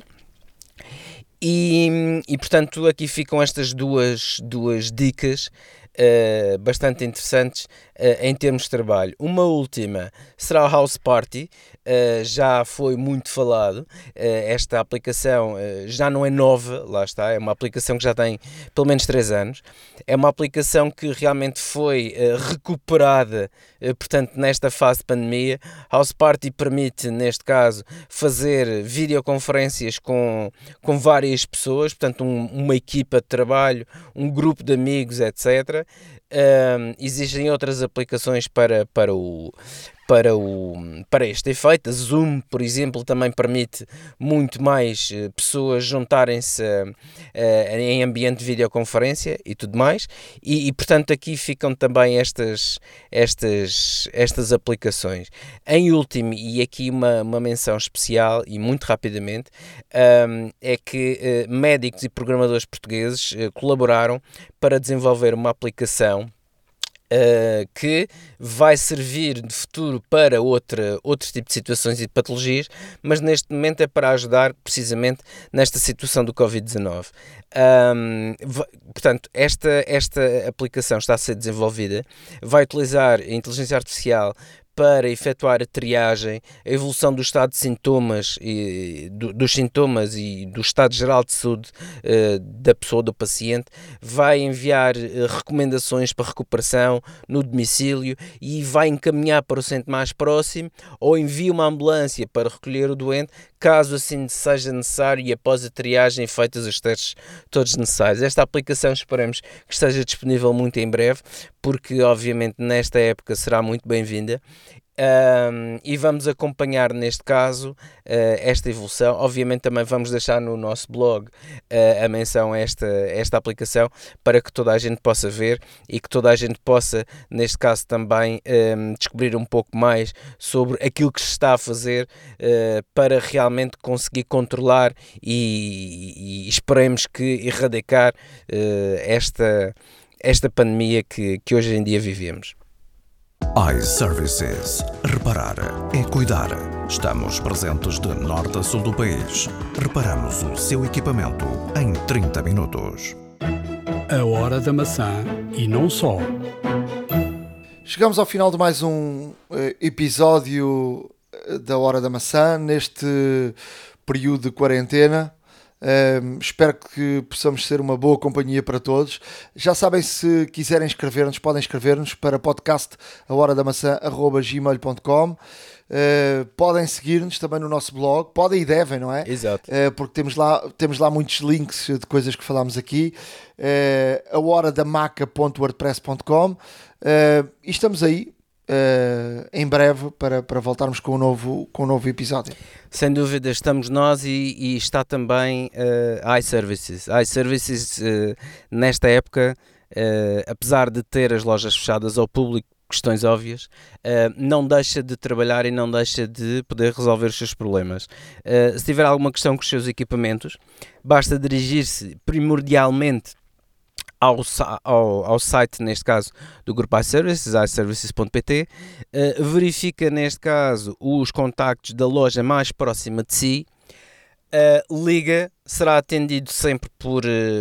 E portanto aqui ficam estas duas dicas bastante interessantes em termos de trabalho. Uma última será o House Party. Já foi muito falado. Esta aplicação já não é nova, lá está, é uma aplicação que já tem pelo menos 3 anos. É uma aplicação que realmente foi recuperada, portanto, nesta fase de pandemia. House Party permite, neste caso, fazer videoconferências com várias pessoas, portanto, uma equipa de trabalho, um grupo de amigos, etc. Existem outras aplicações para este efeito. A Zoom, por exemplo, também permite muito mais pessoas juntarem-se em ambiente de videoconferência e tudo mais, e portanto aqui ficam também estas aplicações. Em último, e aqui uma menção especial e muito rapidamente, é que médicos e programadores portugueses colaboraram para desenvolver uma aplicação que vai servir de futuro para outros tipos de situações e de patologias, mas neste momento é para ajudar precisamente nesta situação do Covid-19. Portanto, esta aplicação está a ser desenvolvida, vai utilizar a inteligência artificial para efetuar a triagem, a evolução do estado de sintomas, dos sintomas e do estado geral de saúde da pessoa, do paciente, vai enviar recomendações para recuperação no domicílio e vai encaminhar para o centro mais próximo ou envia uma ambulância para recolher o doente, caso assim seja necessário, e após a triagem feitos os testes todos necessários. Esta aplicação esperamos que esteja disponível muito em breve, porque obviamente nesta época será muito bem-vinda. E vamos acompanhar neste caso esta evolução. Obviamente também vamos deixar no nosso blog a menção a esta aplicação, para que toda a gente possa ver e que toda a gente possa, neste caso também, descobrir um pouco mais sobre aquilo que se está a fazer para realmente conseguir controlar e esperemos que erradicar esta pandemia que hoje em dia vivemos. iServices. Reparar é cuidar. Estamos presentes de norte a sul do país. Reparamos o seu equipamento em 30 minutos. A Hora da Maçã e não só. Chegamos ao final de mais um episódio da Hora da Maçã, neste período de quarentena. Espero que possamos ser uma boa companhia para todos. Já sabem, se quiserem escrever-nos, podem escrever-nos para podcast@ahoradamaçã.gmail.com. Podem seguir-nos também no nosso blog, podem e devem, não é? Exato. Porque temos lá muitos links de coisas que falámos aqui. ahoradamaca.wordpress.com. E estamos aí em breve para voltarmos com um novo episódio. Sem dúvida, estamos nós e está também iServices. iServices, nesta época, apesar de ter as lojas fechadas ao público, questões óbvias, não deixa de trabalhar e não deixa de poder resolver os seus problemas. Se tiver alguma questão com os seus equipamentos, basta dirigir-se primordialmente ao site, neste caso, do grupo iServices, iServices.pt, verifica, neste caso, os contactos da loja mais próxima de si, liga, será atendido sempre por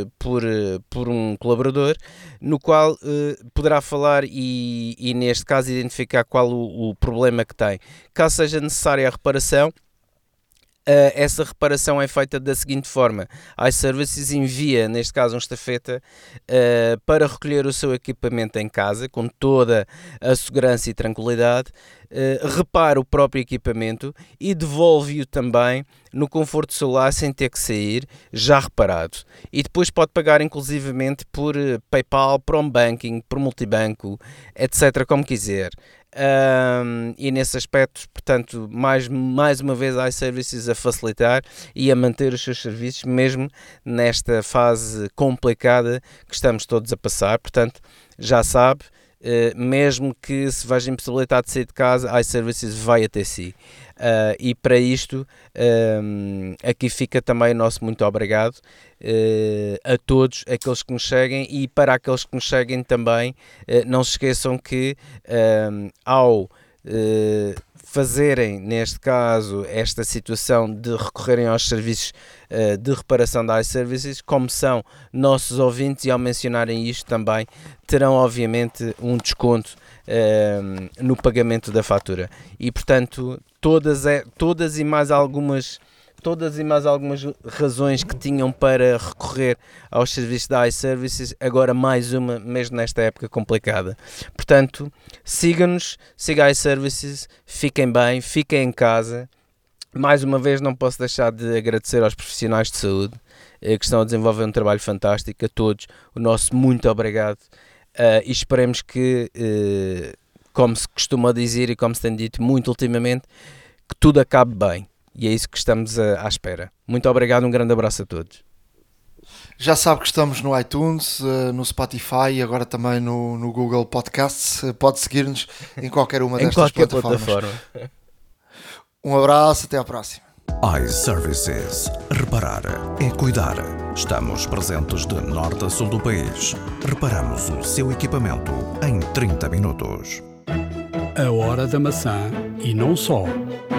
um colaborador, no qual poderá falar e, neste caso, identificar qual o problema que tem. Caso seja necessária a reparação, essa reparação é feita da seguinte forma: a iServices envia, neste caso, um estafeta para recolher o seu equipamento em casa, com toda a segurança e tranquilidade, repara o próprio equipamento e devolve-o também no conforto do seu lar, sem ter que sair, já reparado. E depois pode pagar inclusivamente por PayPal, por home banking, por multibanco, etc., como quiser. E nesse aspecto, portanto, mais uma vez a iServices a facilitar e a manter os seus serviços, mesmo nesta fase complicada que estamos todos a passar. Portanto, já sabe, mesmo que se veja impossibilitado de sair de casa, a iServices vai até si. E para isto, aqui fica também o nosso muito obrigado a todos aqueles que nos seguem, e para aqueles que nos seguem também, não se esqueçam que ao fazerem, neste caso, esta situação de recorrerem aos serviços de reparação da iServices, como são nossos ouvintes, e ao mencionarem isto também terão obviamente um desconto no pagamento da fatura. E portanto, todas e mais algumas razões que tinham para recorrer aos serviços da iServices, agora mais uma, mesmo nesta época complicada. Portanto, siga-nos, siga a iServices, fiquem bem, fiquem em casa. Mais uma vez, não posso deixar de agradecer aos profissionais de saúde que estão a desenvolver um trabalho fantástico. A todos, o nosso muito obrigado, e esperemos que, como se costuma dizer e como se tem dito muito ultimamente, que tudo acabe bem. E é isso que estamos à espera. Muito obrigado, um grande abraço a todos. Já sabe que estamos no iTunes, no Spotify e agora também no Google Podcasts. Pode seguir-nos em qualquer uma destas plataformas. Um abraço, até à próxima. iServices. Reparar é cuidar. Estamos presentes de norte a sul do país. Reparamos o seu equipamento em 30 minutos. A Hora da Maçã e não só.